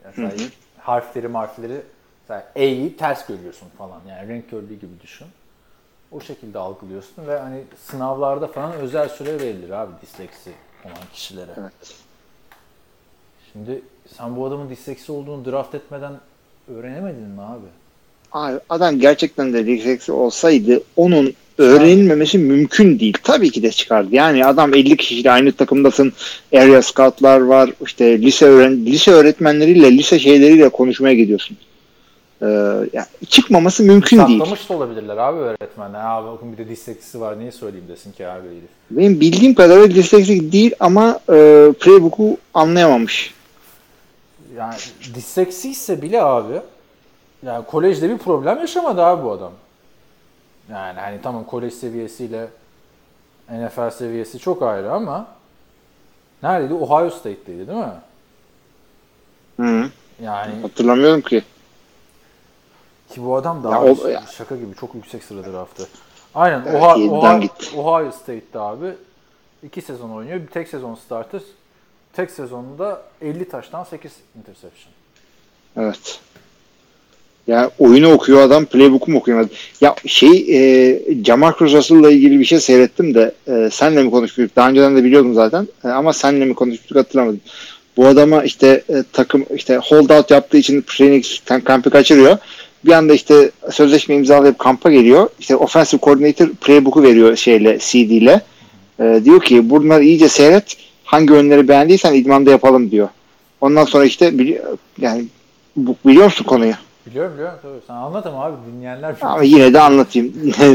Mesela harfleri mesela E'yi ters görüyorsun falan. Yani renk körlüğü gibi düşün. O şekilde algılıyorsun ve hani sınavlarda falan özel süre verilir abi disleksi olan kişilere. Evet. Şimdi sen bu adamın disleksi olduğunu draft etmeden öğrenemedin mi abi? Abi, adam gerçekten de disleksi olsaydı onun öğrenilmemesi mümkün değil. Tabii ki de çıkardı. Yani adam 50 kişiyle aynı takımdasın. Area scout'lar var. İşte lise öğretmenleriyle, lise şeyleriyle konuşmaya gidiyorsun. Yani çıkmaması mümkün değil. Saklamış da olabilirler abi öğretmenler. Abi bakın bir de disleksisi var niye söyleyeyim desin ki abi herif. Benim bildiğim kadarıyla disleksik değil ama playbook'u anlayamamış. Yani disleksi ise bile abi yani kolejde bir problem yaşamadı abi bu adam. Yani hani tamam kolej seviyesiyle NFL seviyesi çok ayrı ama neredeydi? Ohio State'teydi değil mi? Hı. Yani Hatırlamıyorum ki. ki bu adam da Ya abi o- şaka gibi çok yüksek sırada draftı. Aynen Evet, yediden gitti. Ohio State'te abi 2 sezon oynuyor. Bir tek sezon starter. Tek sezonunda 50 taştan 8 interception. Evet. Ya oyunu okuyor adam, playbook'u mu okuyamadı? Ya Jamarcus Russell'la ilgili bir şey seyrettim de senle mi konuşmuştuk? Daha önceden de biliyordum zaten. Ama senle mi konuşmuştuk hatırlamadım. Bu adama işte takım işte holdout yaptığı için training kampı kaçırıyor. Bir anda işte sözleşme imzalayıp kampa geliyor. İşte offensive coordinator playbook'u veriyor CD ile. Diyor ki bunları iyice seyret. Hangi oyunları beğendiysen idmanda yapalım diyor. Ondan sonra işte yani biliyor musun konuyu? Biliyorum tabii. Sen anlat ama abi dinleyenler Ama yine de anlatayım.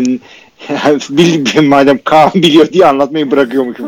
Madem Kaan biliyor diye anlatmayı bırakıyormuşum.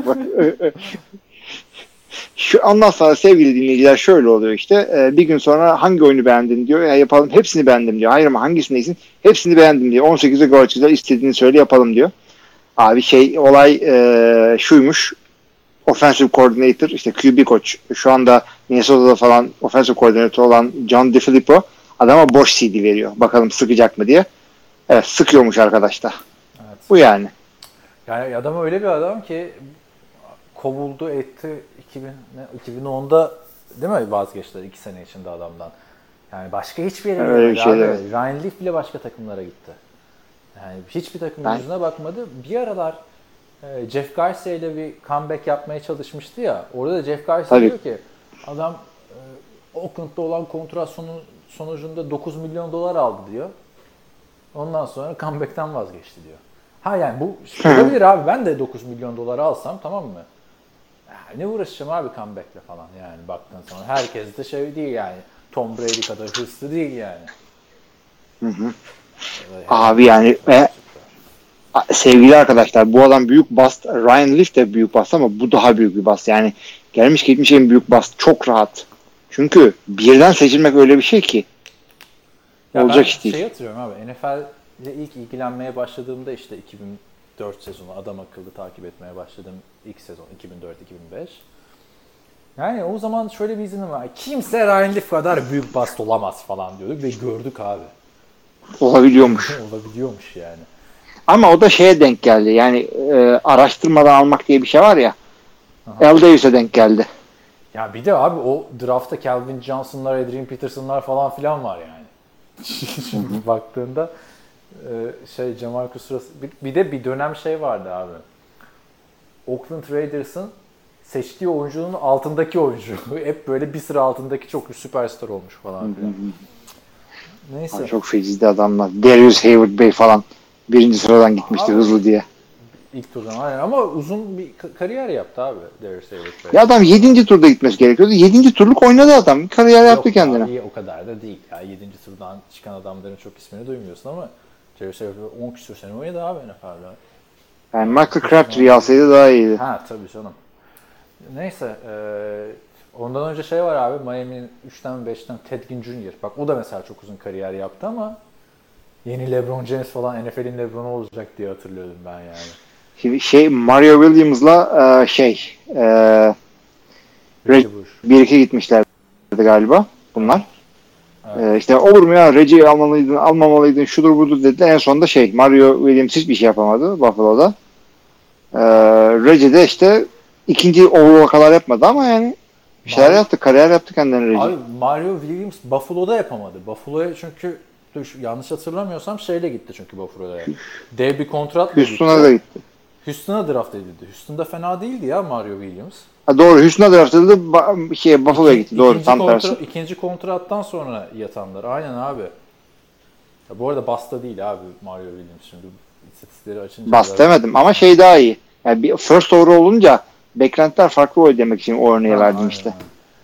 Ondan sonra sevgili dinleyiciler şöyle oluyor işte. Bir gün sonra hangi oyunu beğendin diyor. Ya yapalım hepsini beğendim diyor. Hayır ama hangisindeysin? Hepsini beğendim diyor. 18'e gol çizer istediğini söyle yapalım diyor. Abi olay şuymuş. Offensive coordinator işte QB koç. Şu anda Minnesota'da falan offensive coordinator olan John DeFilippo adama boş CD veriyor. Bakalım sıkacak mı diye. Evet sıkıyormuş arkadaş da. Evet. Bu yani. Yani adam öyle bir adam ki kovuldu etti 2010'da değil mi vazgeçtiler 2 sene içinde adamdan. Yani başka hiçbir yere gitmedi abi. Ryan Leaf bile başka takımlara gitti. Yani hiçbir takımın yüzüne bakmadı. Bir aralar Jeff Garcia ile bir comeback yapmaya çalışmıştı ya. Orada da Jeff Garcia diyor ki adam Oakland'da olan kontrat sonucunda 9 milyon dolar aldı diyor. Ondan sonra comeback'ten vazgeçti diyor. Ha yani bu olabilir abi. Ben de 9 milyon dolar alsam tamam mı? Ya ne uğraşacağım abi comeback'le falan yani baktığın zaman. Herkes de şey değil yani. Tom Brady kadar hırslı değil yani. Hı. Abi yani sevgili arkadaşlar bu adam büyük bust. Ryan Leaf de büyük bust ama bu daha büyük bir bust. Yani gelmiş gitmiş en büyük bust. Çok rahat. Çünkü birden seçilmek öyle bir şey ki. Ya olacak ben iş değil. Hatırlıyorum abi. NFL ile ilk ilgilenmeye başladığımda işte 2004 sezonu adam akıllı takip etmeye başladım. İlk sezon 2004-2005. Yani o zaman şöyle bir izlenim var. Kimse Ryan Leaf kadar büyük bust olamaz falan diyorduk ve gördük abi. Olabiliyormuş. Olabiliyormuş yani. Ama o da şeye denk geldi. Yani araştırmadan almak diye bir şey var ya. L. Davis'e denk geldi. Ya bir de abi o draftta Calvin Johnson'lar, Adrian Peterson'lar falan filan var yani. Şimdi baktığında Jamarcus Russell bir de bir dönem şey vardı abi. Oakland Raiders'ın seçtiği oyuncunun altındaki oyuncu. Hep böyle bir sıra altındaki çok süperstar olmuş falan filan. Neyse. Abi çok fecizdi adamlar. Darius Hayward Bey falan. 1. sıradan gitmişti abi, hızlı diye. İlk turdan aynen ama uzun bir kariyer yaptı abi Darius Hayward Bey. Ya adam 7. turda gitmesi gerekiyordu. 7. turluk oynadı adam. Kariyer yaptı kendine. Abi, o kadar da değil. Ya 7. turdan çıkan adamların çok ismini duymuyorsun ama Darius Hayward 10 küsur sene oynadı abi NFL'de. Yani Michael Crabtree'yi alsaydı daha iyiydi. Ha tabii canım. Neyse ondan önce şey var abi Miami'nin 3'ten 5'ten Ted Ginn Jr. Bak o da mesela çok uzun kariyer yaptı ama yeni LeBron James falan NFL'in LeBron'u olacak diye hatırlıyordum ben yani. Mario Williams'la 1-2 gitmişlerdi galiba bunlar. Evet. İşte olur mu ya Reggie'yi almamalıydın şudur budur dediler. En sonunda Mario Williams hiçbir şey yapamadı Buffalo'da. Reggie de işte ikinci overall'a kadar yapmadı ama yani Bir şeyler yaptı. Kariyer yaptı kendilerine Reggie. Abi Mario Williams Buffalo'da yapamadı. Buffalo'ya çünkü yanlış hatırlamıyorsam şeyle gitti çünkü Buffalo'ya. Dev bir kontratla gitti. Houston'a da gitti. Houston'a draft edildi. Houston'da fena değildi ya Mario Williams. Ha, doğru. Houston'a draft edildi. Buffalo'ya gitti. Doğru. Tam tersi. İkinci kontrattan sonra yatanlar. Aynen abi. Ya bu arada Basta değil abi Mario Williams. Şimdi istatistikleri açınca. Bas demedim ama şey daha iyi. Yani bir first overall olunca beklentiler farklı oluyor demek için o örneği verdim aynen. işte.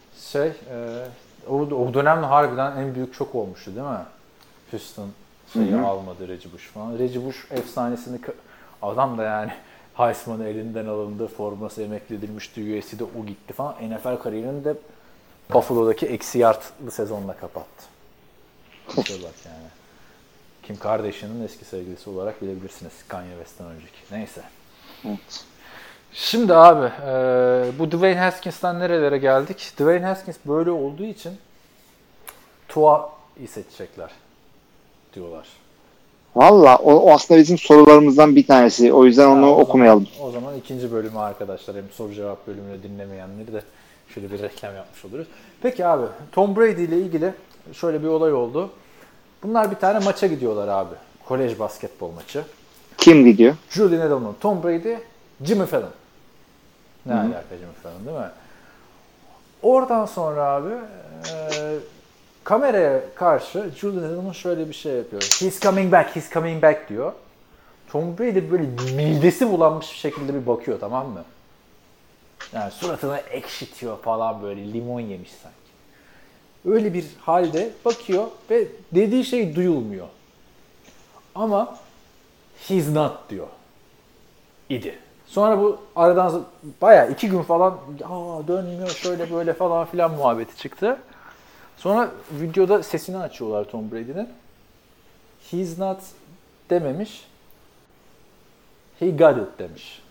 O dönemde harbiden en büyük şok olmuştu değil mi? Houston almadı Reggie Bush falan. Reggie Bush efsanesini adam da yani Heisman'ı elinden alındı, forması emekli edilmişti, USC'de o gitti falan. NFL kariyerini de Buffalo'daki eksi yardlı sezonla kapattı. Bak yani. Kim Kardashian'ın eski sevgilisi olarak bilebilirsiniz Kanye West'ten önceki. Neyse. Evet. Şimdi abi bu Dwayne Haskins'ten nerelere geldik? Dwayne Haskins böyle olduğu için Tua'yı seçecekler diyorlar. Valla o aslında bizim sorularımızdan bir tanesi. O yüzden onu okumayalım. O zaman ikinci bölümü arkadaşlar. Hem soru cevap bölümünü dinlemeyenleri de şöyle bir reklam yapmış oluruz. Peki abi Tom Brady ile ilgili şöyle bir olay oldu. Bunlar bir tane maça gidiyorlar abi. Kolej basketbol maçı. Kim gidiyor? Julian Edelman, Tom Brady, Jimmy Fallon. Ne alaka Jimmy Fallon değil mi? Oradan sonra abi kameraya karşı Julian Edelman şöyle bir şey yapıyor. He's coming back, he's coming back diyor. Tom Brady böyle midesi bulanmış bir şekilde bir bakıyor, tamam mı? Yani suratına ekşitiyor falan, böyle limon yemiş sanki. Öyle bir halde bakıyor ve dediği şey duyulmuyor. Ama he's not diyor. İdi. Sonra bu aradan bayağı 2 gün falan dönmüyor şöyle böyle falan filan muhabbeti çıktı. Sonra videoda sesini açıyorlar Tom Brady'nin. He's not dememiş. He got it demiş.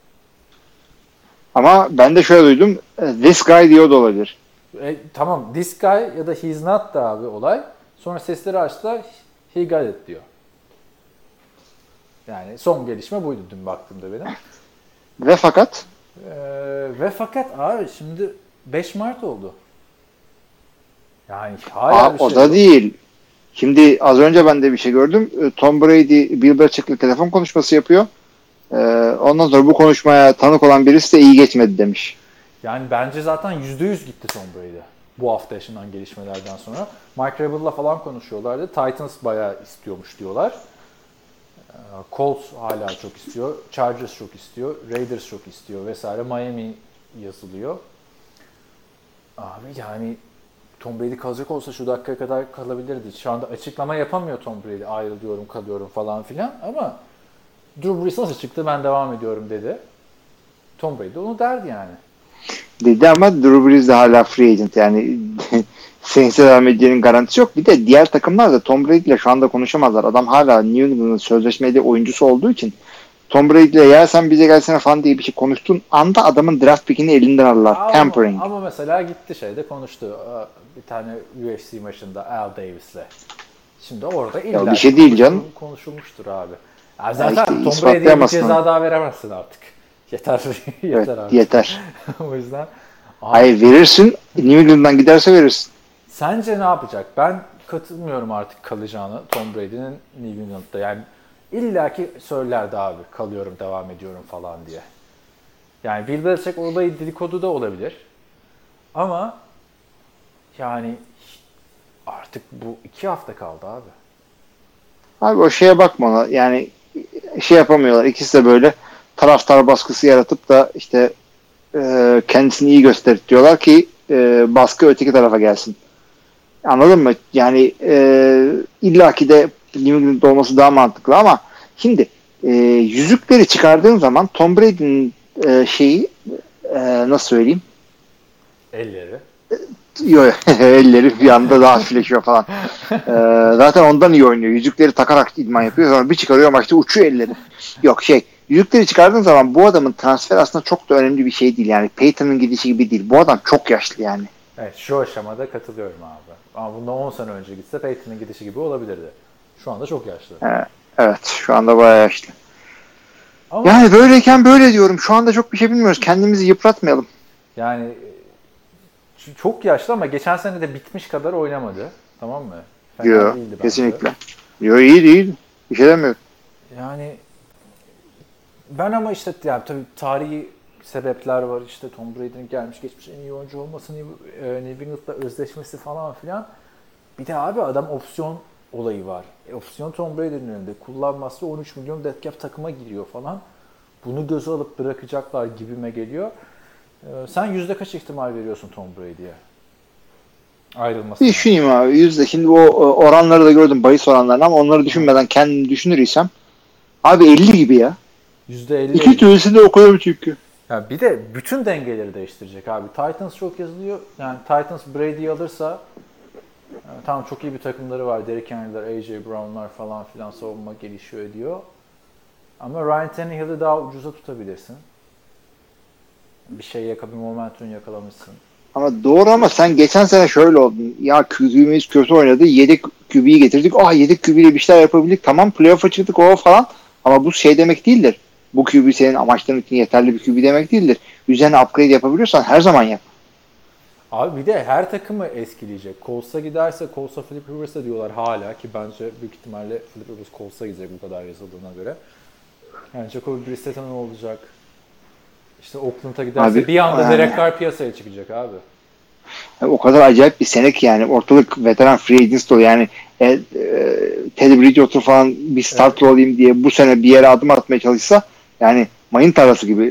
Ama ben de şöyle duydum. This guy diyor da olabilir. Tamam, this guy ya da he's not da abi olay. Sonra sesleri açtılar. He got it diyor. Yani son gelişme buydu dün baktığımda benim. Ve fakat abi şimdi 5 Mart oldu. Yani hala bir şey o da yok. değil. Şimdi az önce ben de bir şey gördüm. Tom Brady Bill Belichick'le telefon konuşması yapıyor. Ondan sonra bu konuşmaya tanık olan birisi de iyi geçmedi demiş. Yani bence zaten %100 gitti Tom Brady. Bu hafta yaşanan gelişmelerden sonra. Mike Rabel'la falan konuşuyorlardı. Titans bayağı istiyormuş diyorlar. Colts hala çok istiyor. Chargers çok istiyor. Raiders çok istiyor vesaire. Miami yazılıyor. Abi yani Tom Brady kalacak olsa şu dakikaya kadar kalabilirdi. Şu anda açıklama yapamıyor Tom Brady. Ayrılıyorum, kalıyorum falan filan. Ama Drew Brees nasıl çıktı, ben devam ediyorum dedi. Tom Brady onu derdi yani. Dedi ama Drew Brees de hala free agent. Yani Saints'e devam edeceğinin garantisi yok. Bir de diğer takımlar da Tom Brady ile şu anda konuşamazlar. Adam hala New England'ın sözleşmeli oyuncusu olduğu için Tom Brady ile ya sen bize gelsene falan diye bir şey konuştuğun anda adamın draft pickini elinden alırlar. Tampering. Ama mesela gitti şeyde konuştu. Bir tane UFC maçında Al Davis'le. Şimdi orada illa bir şey değil canım. Konuşulmuştur abi. Ya zaten işte, Tom Brady'ye bir ceza daha veremezsin artık. Yeter. Evet, artık. yeter. O yüzden. Hayır verirsin. New England'dan giderse verirsin. Sence ne yapacak? Ben katılmıyorum artık kalacağını Tom Brady'nin New England'da. Yani illaki söylerdi abi kalıyorum, devam ediyorum falan diye. Yani Bill Belichick olayı dedikodu da olabilir. Ama yani artık bu 2 hafta kaldı abi. Abi o şeye bakma. Yani şey yapamıyorlar. İkisi de böyle taraftar baskısı yaratıp da işte kendisini iyi gösterip diyorlar ki baskı öteki tarafa gelsin. Anladın mı? Yani illaki de New England'da olması daha mantıklı ama şimdi yüzükleri çıkardığın zaman Tom Brady'nin şeyi nasıl söyleyeyim? Elleri. Yok, elleri bir anda daha hafifleşiyor falan. Zaten ondan iyi oynuyor. Yüzükleri takarak idman yapıyor. Sonra bir çıkarıyor maçta uçuyor elleri. Yok yüzükleri çıkardığın zaman bu adamın transfer aslında çok da önemli bir şey değil. Yani Peyton'ın gidişi gibi değil. Bu adam çok yaşlı yani. Evet, şu aşamada katılıyorum abi. Ama bundan 10 sene önce gitse Peyton'ın gidişi gibi olabilirdi. Şu anda çok yaşlı. Evet, şu anda bayağı yaşlı. Ama Yani böyleyken böyle diyorum. Şu anda çok bir şey bilmiyoruz. Kendimizi yıpratmayalım. yani Çok yaşlı ama geçen sene de bitmiş kadar oynamadı. Tamam mı? Fena Yok. değildi bence. Kesinlikle. Yok, iyi değil. Bir şey demiyorum. Yani ben ama işte yani tabii tarihi sebepler var. İşte Tom Brady'nin gelmiş geçmiş en iyi oyuncu olması, New England'la özleşmesi falan filan. Bir de abi adam opsiyon olayı var. Opsiyon Tom Brady'nin önünde. Kullanmazsa 13 milyon dead cap takıma giriyor falan. Bunu göze alıp bırakacaklar gibime geliyor. Sen yüzde kaç ihtimal veriyorsun Tom Brady'ye? Ayrılmasına. Bir düşüneyim abi. Yüzde. Şimdi o oranları da gördüm. Bahis oranlarını ama onları düşünmeden kendim düşünürsem abi 50 gibi ya. %50. İki türlüsü de okuyorum çünkü. Ya bir de bütün dengeleri değiştirecek abi. Titans çok yazılıyor. Yani Titans Brady'yi alırsa tamam çok iyi bir takımları var. Derrick Henry'ler, A.J. Brown'lar falan filan savunma gelişiyor ediyor. Ama Ryan Tannehill'i daha ucuza tutabilirsin. Bir bir momentum yakalamışsın. Ama doğru ama sen geçen sene şöyle oldun. Ya QB'miz kötü oynadı. Yedek QB'yi getirdik. Yedek QB'yle bir şeyler yapabildik. Tamam playoff'a çıktık o falan. Ama bu şey demek değildir. Bu QB senin amaçların için yeterli bir QB demek değildir. Üzerine upgrade yapabiliyorsan her zaman yap. Abi bir de her takımı eskileyecek. Colts'a giderse Colts'a Philip Rivers'a diyorlar hala ki bence büyük ihtimalle Philip Rivers Colts'a gidecek bu kadar yazıldığına göre. Yani Jacoby Brissett'e ne olacak? İşte Oakland'a giderse Abi, bir anda yani, Derek Carr piyasaya çıkacak abi. O kadar acayip bir sene ki yani ortalık veteran free agents dolu. Yani Teddy Bridgewater falan bir starter olayım diye bu sene bir yere adım atmaya çalışsa yani mayın tarlası gibi.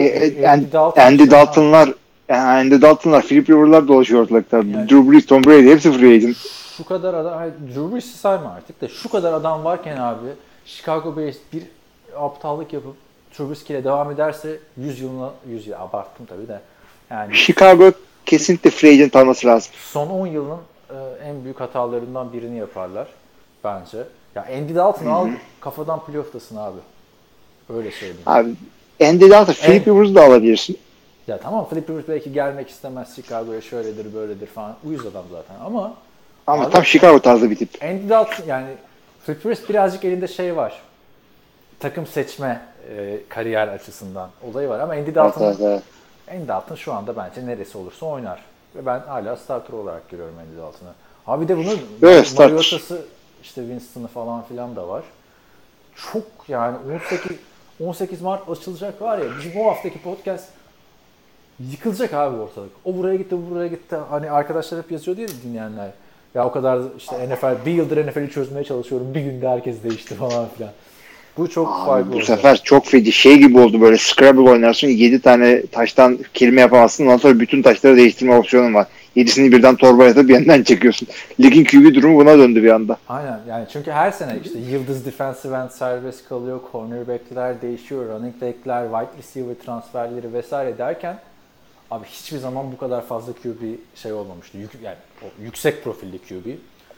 Andy Dalton'lar, Philip Rivers'lar dolaşıyor ortalıkta. Yani, Drew Brees, Tom Brady hepsi free agent. Şu kadar adam, Drew Brees'i sayma artık da şu kadar adam varken abi Chicago Bears bir aptallık yapıp Trubisky ile devam ederse 100 yıl abarttım tabii de. Yani Chicago kesinlikle free agent alması lazım. Son 10 yılın en büyük hatalarından birini yaparlar bence. Ya Andy Dalton'u al kafadan playoff'tasın abi. Öyle söyleyeyim. Abi Andy Dalton, Philip Rivers'ı da alabilirsin. Ya tamam Philip Rivers belki gelmek istemez Chicago'ya şöyledir böyledir falan. Uyuz adam zaten ama abi, tam Chicago tarzı bir tip. Andy Dalton yani Philip Rivers birazcık elinde şey var. Takım seçme kariyer açısından olayı var ama Andy Dalton şu anda bence neresi olursa oynar. Ve ben hala starter olarak görüyorum Andy Dalton'ı. Abi de bunun Mariota'sı işte Winston'ı falan filan da var. Çok yani 18 Mart açılacak var ya bizim bu haftaki podcast yıkılacak abi ortalık. O buraya gitti, bu buraya gitti. Hani arkadaşlar hep yazıyor diye dinleyenler. Ya o kadar işte bir yıldır NFL'i çözmeye çalışıyorum. Bir günde herkes değişti falan filan. Bu çok farklı oldu. Bu sefer çok feci şey gibi oldu böyle Scrabble oynarsın 7 tane taştan kelime yapamazsın ondan sonra bütün taşları değiştirme opsiyonun var. 7'sini birden torbaya atıp bir yandan çekiyorsun. Ligin QB durumu buna döndü bir anda. Aynen yani çünkü her sene işte yıldız defensive end serbest kalıyor, cornerback'ler değişiyor, running back'ler, wide receiver transferleri vesaire derken abi hiçbir zaman bu kadar fazla QB şey olmamıştı. Yani o yüksek profilli QB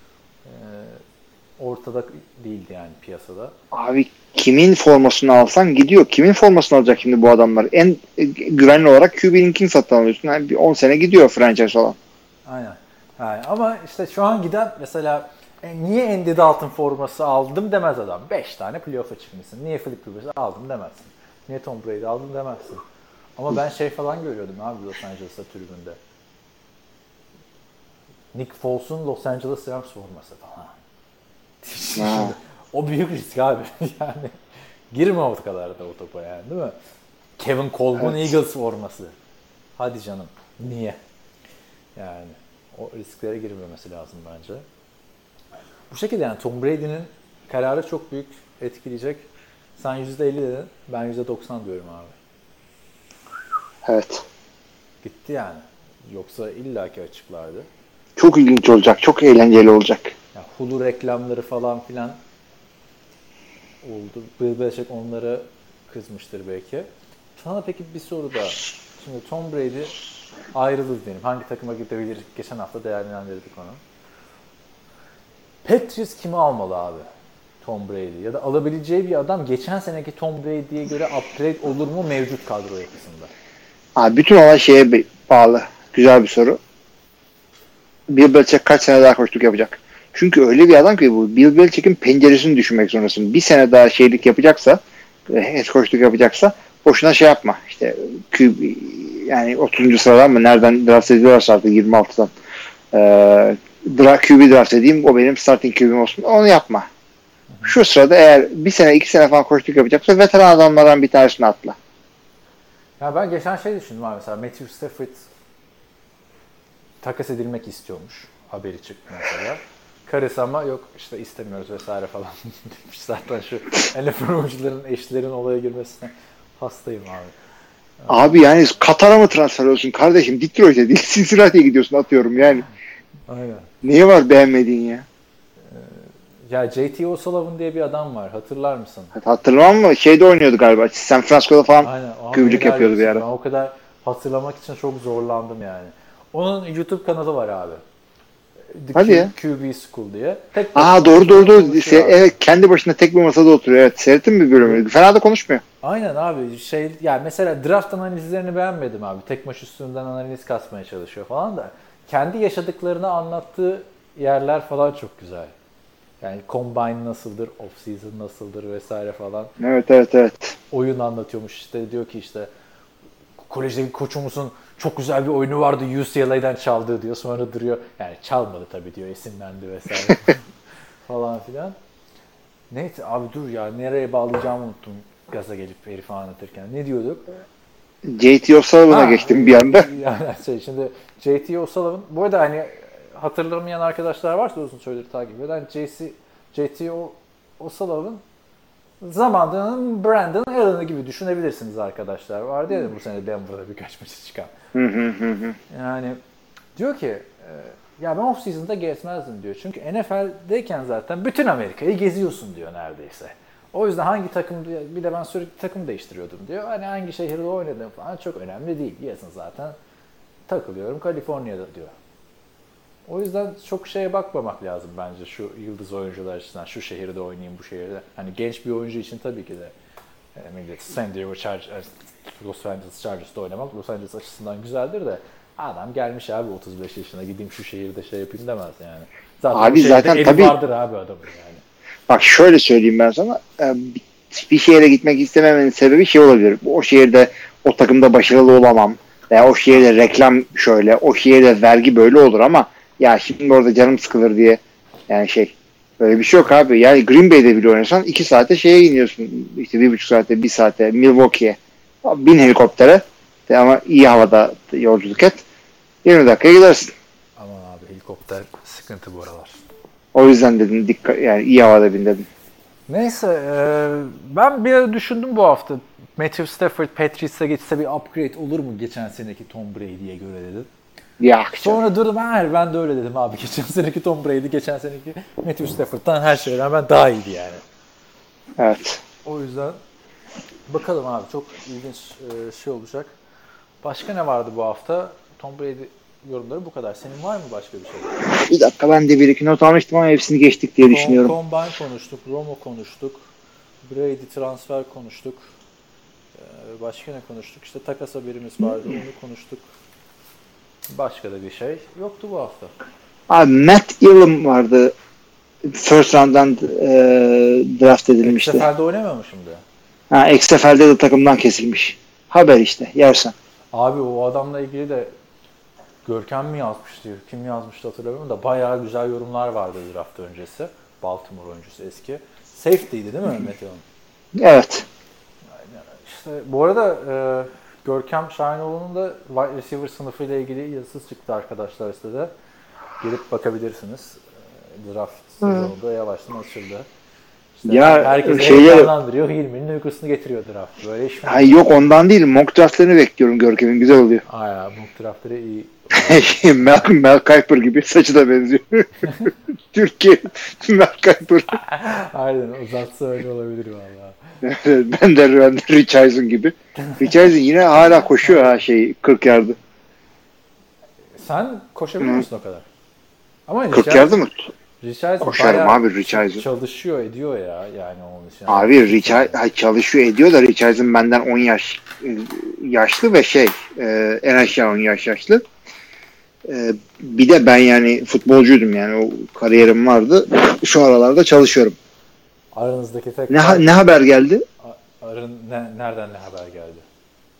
ortada değildi yani piyasada. Abi kimin formasını alsan gidiyor. Kimin formasını alacak şimdi bu adamlar? En güvenli olarak QB'ninkini satın alıyorsun. Yani bir 10 sene gidiyor franchise olan. Aynen. Yani ama işte şu an giden mesela niye Andy Dalton forması aldım demez adam. 5 tane playoff'a çıkmışsın. Niye Philip Rivers'ı aldım demezsin. Niye Tom Brady aldım demezsin. Ama ben şey falan görüyordum abi Los Angeles'ta tribünde. Nick Foles'un Los Angeles Rams forması falan. O büyük risk abi. Yani girme o kadar da o topa yani değil mi? Kevin Colb'un Eagles forması. Hadi canım. Niye? Yani o risklere girmemesi lazım bence. Bu şekilde yani Tom Brady'nin kararı çok büyük etkileyecek. Sen %50 dedin. Ben %90 diyorum abi. Evet. Gitti yani. Yoksa illaki açıklardı. Çok ilginç olacak. Çok eğlenceli olacak. Ya Hulu reklamları falan filan oldu. Bill Belichick onlara kızmıştır belki. Sana peki bir soru daha. Şimdi Tom Brady ayrılır diyelim. Hangi takıma gidebilir? Geçen hafta değerlendirdik onu. Patriots kimi almalı abi? Tom Brady. Ya da alabileceği bir adam geçen seneki Tom Brady'ye göre upgrade olur mu mevcut kadro yapısında? Abi bütün olay şeye bağlı. Güzel bir soru. Bill Belichick kaç sene daha koçluk yapacak? Çünkü öyle bir adam ki bu Bill Belichick'in penceresini düşünmek zorundasın. Bir sene daha şeylik yapacaksa, head coachluk yapacaksa boşuna şey yapma. İşte yani 30. sıradan mı nereden draft ediyorlarsa artık 26'dan QB draft edeyim, o benim starting QB'm olsun. Onu yapma. Şu sırada eğer bir sene 2 sene falan koçluk yapacaksa veteran adamlardan bir tanesini atla. Ya ben geçen şey düşündüm abi, mesela Matthew Stafford takas edilmek istiyormuş. Haberi çıktı mesela. Karısı ama yok işte istemiyoruz vesaire falan demiş. Zaten şu NFL oyuncuların eşlerin olaya girmesine hastayım abi. Abi yani Katar'a mı transfer olsun kardeşim? Detroit'e değil Cincinnati'ye gidiyorsun atıyorum yani. Aynen. Niye var beğenmediğin ya? Ya J.T. O'Sullivan diye bir adam var. Hatırlar mısın? Hatırlamam mı? Şeyde oynuyordu galiba. San Francisco'da falan Aynen. QB'lik yapıyordu bir ara. Ben o kadar hatırlamak için çok zorlandım yani. Onun YouTube kanalı var abi. Hadi ya. QB School diye. Tek Doğru. Evet, kendi başına tek bir masada oturuyor. Evet, seyrettin mi bir bölümü? Fena da konuşmuyor. Aynen abi. Yani mesela draft analizlerini beğenmedim abi. Tek maç üstünden analiz kasmaya çalışıyor falan da. Kendi yaşadıklarını anlattığı yerler falan çok güzel. Yani combine nasıldır, off season nasıldır vesaire falan. Evet. Oyun anlatıyormuş işte, diyor ki işte kolejdeki koçumuzun çok güzel bir oyunu vardı, UCLA'dan çaldığı diyor. Sonra duruyor. Yani çalmadı tabii diyor, esinlendi vesaire falan filan. Neyse abi dur ya, nereye bağlayacağımı unuttum gaza gelip herifi anlatırken. Ne diyorduk? J.T. O'Sullivan'a geçtim bir anda. Yani şimdi J.T. O'Sullivan, bu arada hani hatırlamayan arkadaşlar varsa uzun süredir takip eden, J.T. O'Sullivan zamanının Brandon Allen'ı gibi düşünebilirsiniz arkadaşlar. Vardı ya bu sene Denver'da birkaç maçı çıkan. Yani diyor ki ya ben off-season'da gezmezdim diyor. Çünkü NFL'deyken zaten bütün Amerika'yı geziyorsun diyor neredeyse. O yüzden hangi takım, bir de ben sürekli takım değiştiriyordum diyor. Hani hangi şehirde oynadım falan çok önemli değil. Yazın zaten takılıyorum Kaliforniya'da diyor. O yüzden çok şeye bakmamak lazım bence şu yıldız oyuncular açısından. Şu şehirde oynayayım, bu şehirde. Hani genç bir oyuncu için tabii ki de millet San Diego Los Angeles Chargers'da oynamak Los Angeles açısından güzeldir de adam gelmiş abi 35 yaşına, gideyim şu şehirde şey yapayım demez yani. Zaten abi zaten tabii vardır abi adamın yani. Bak şöyle söyleyeyim ben sana. Bir şehre gitmek istememenin sebebi şey olabilir. O şehirde o takımda başarılı olamam. Veya o şehirde reklam şöyle, o şehirde vergi böyle olur ama ya şimdi orada canım sıkılır diye yani böyle bir şey yok abi. Yani Green Bay'de bile oynasan 2 saate şeye iniyorsun. İşte 1,5 saate, 1 saate Milwaukee'ye. Bin helikoptere ama iyi havada yolculuk et. 20 dakikaya gidersin. Aman abi helikopter sıkıntı bu aralar. O yüzden dedim dikkat, yani iyi havada bin dedim. Neyse ben bir ara düşündüm bu hafta. Matthew Stafford Patriots'a geçse bir upgrade olur mu geçen seneki Tom Brady'ye göre dedim. Ya, sonra durdum, ben de öyle dedim abi. Geçen seneki Tom Brady, geçen seneki Matthew Stafford'dan her şeyden rağmen daha iyiydi yani. Evet. O yüzden bakalım abi, çok ilginç şey olacak. Başka ne vardı bu hafta? Tom Brady yorumları bu kadar. Senin var mı başka bir şey? Bir dakika, ben de bir iki not almıştım ama hepsini geçtik diye düşünüyorum. Combine konuştuk, Romo konuştuk, Brady transfer konuştuk. Başka ne konuştuk? İşte takas haberimiz vardı, onu konuştuk. Başka da bir şey yoktu bu hafta. Abi Matt Elam vardı. First round'dan draft edilmişti. XFL'de oynamıyor mu şimdi? XFL'de de takımdan kesilmiş. Haber işte, yersen. Abi o adamla ilgili de Görkem mi yazmıştı, kim yazmıştı hatırlamıyorum da bayağı güzel yorumlar vardı draft öncesi. Baltimore oyuncusu eski. Safety'ydi değil mi Matt Elam? Evet. İşte bu arada Görkem Şahinoğlu'nun da wide receiver sınıfıyla ilgili yazısı çıktı arkadaşlar sitede. Gelip bakabilirsiniz. Draft sezonunda yavaştan açıldı. İşte ya herkes heyecanlandırıyor, Hilmi'nin uykusunu getiriyor draft. Böyle iş mi? Yok ondan değil. Mock draftlarını bekliyorum Görkem'in. Güzel oluyor. Mock draftları iyi. Mel Kiper gibi. Saçı da benziyor. Türkiye Mel Kiper. Aynen, uzatsa öyle olabilir valla. ben de Rich Eisen gibi. Rich Eisen yine hala koşuyor 40 yardı. Sen koşabiliyor musun o kadar? Ama 40 yardı mı? Koşarım abi Rich Eisen. Çalışıyor ediyor ya yani onun için. Abi Rich Eisen çalışıyor ediyor da Rich Eisen benden 10 yaş yaşlı ve en aşağı 10 yaş yaşlı. Bir de ben yani futbolcuydum yani o kariyerim vardı. Şu aralarda çalışıyorum. Aranızdaki tek ne haber geldi? Nereden ne haber geldi?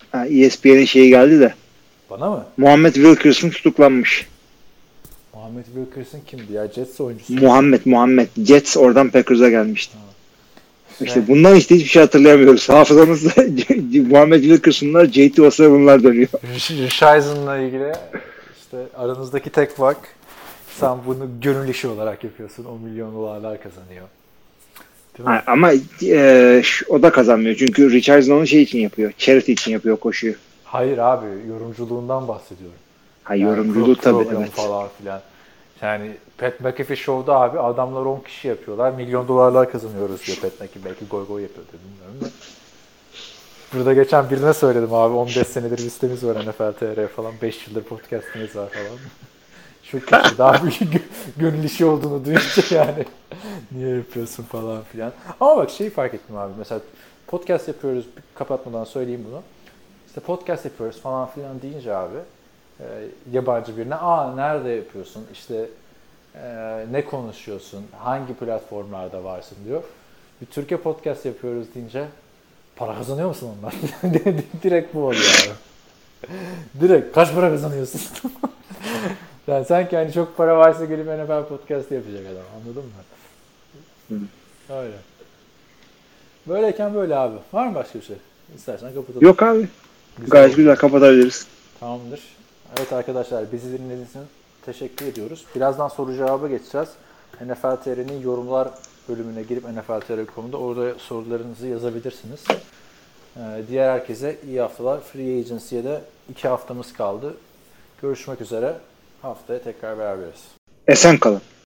Ha, ESPN'in şeyi geldi de. Bana mı? Muhammed Wilkerson tutuklanmış. Muhammed Wilkerson kimdi ya? Jets oyuncusu. Muhammed. Jets oradan Packers'a gelmişti. İşte Şey- bundan hiçbir şey hatırlayamıyoruz. Hafızamızda Muhammed Wilkerson'lar, JT Osa'ya bunlar dönüyor. Richardson'la ilgili işte aranızdaki tek fark sen bunu gönül işi olarak yapıyorsun. 10 milyon dolarlar kazanıyor. Değil mi? Ha, ama o da kazanmıyor. Çünkü Richardson onu şey için yapıyor. Charity için yapıyor koşuyu. Hayır abi, yorumculuğundan bahsediyorum. Ha, Yani yorumculuğu tabii, program evet. falan filan. Yani Pat McAfee Show'da abi adamlar 10 kişi yapıyorlar. Milyon dolarlar kazanıyoruz diyor Pat McAfee. Belki goy goy yapıyordu, bilmiyorum da. Burada geçen birine söyledim abi, 15 senedir bir sitemiz var NFL TR falan. 5 yıldır podcast'imiz var falan. Çok kötü. Daha büyük gönül işi olduğunu duyunca yani. Niye yapıyorsun falan filan. Ama bak şeyi fark ettim abi. Mesela podcast yapıyoruz. Kapatmadan söyleyeyim bunu. İşte podcast yapıyoruz falan filan deyince abi yabancı birine nerede yapıyorsun? İşte ne konuşuyorsun? Hangi platformlarda varsın diyor. Bir Türkiye podcast yapıyoruz deyince para kazanıyor musun ondan? Direkt bu oluyor abi. Direkt kaç para kazanıyorsun? Yani sanki hani çok para varsa gelip NFL podcast yapacak adam. Anladın mı? Öyle. Böyleyken böyle abi. Var mı başka bir şey? İstersen kapatalım. Yok abi. Gayet güzel kapatabiliriz. Tamamdır. Evet arkadaşlar, bizi dinlediğiniz için teşekkür ediyoruz. Birazdan soru cevaba geçeceğiz. NFL TR'nin yorumlar bölümüne girip NFL TR.com'da orada sorularınızı yazabilirsiniz. Diğer herkese iyi haftalar. Free Agency'ye de 2 haftamız kaldı. Görüşmek üzere. Haftaya tekrar beraberiz. Esen kalın.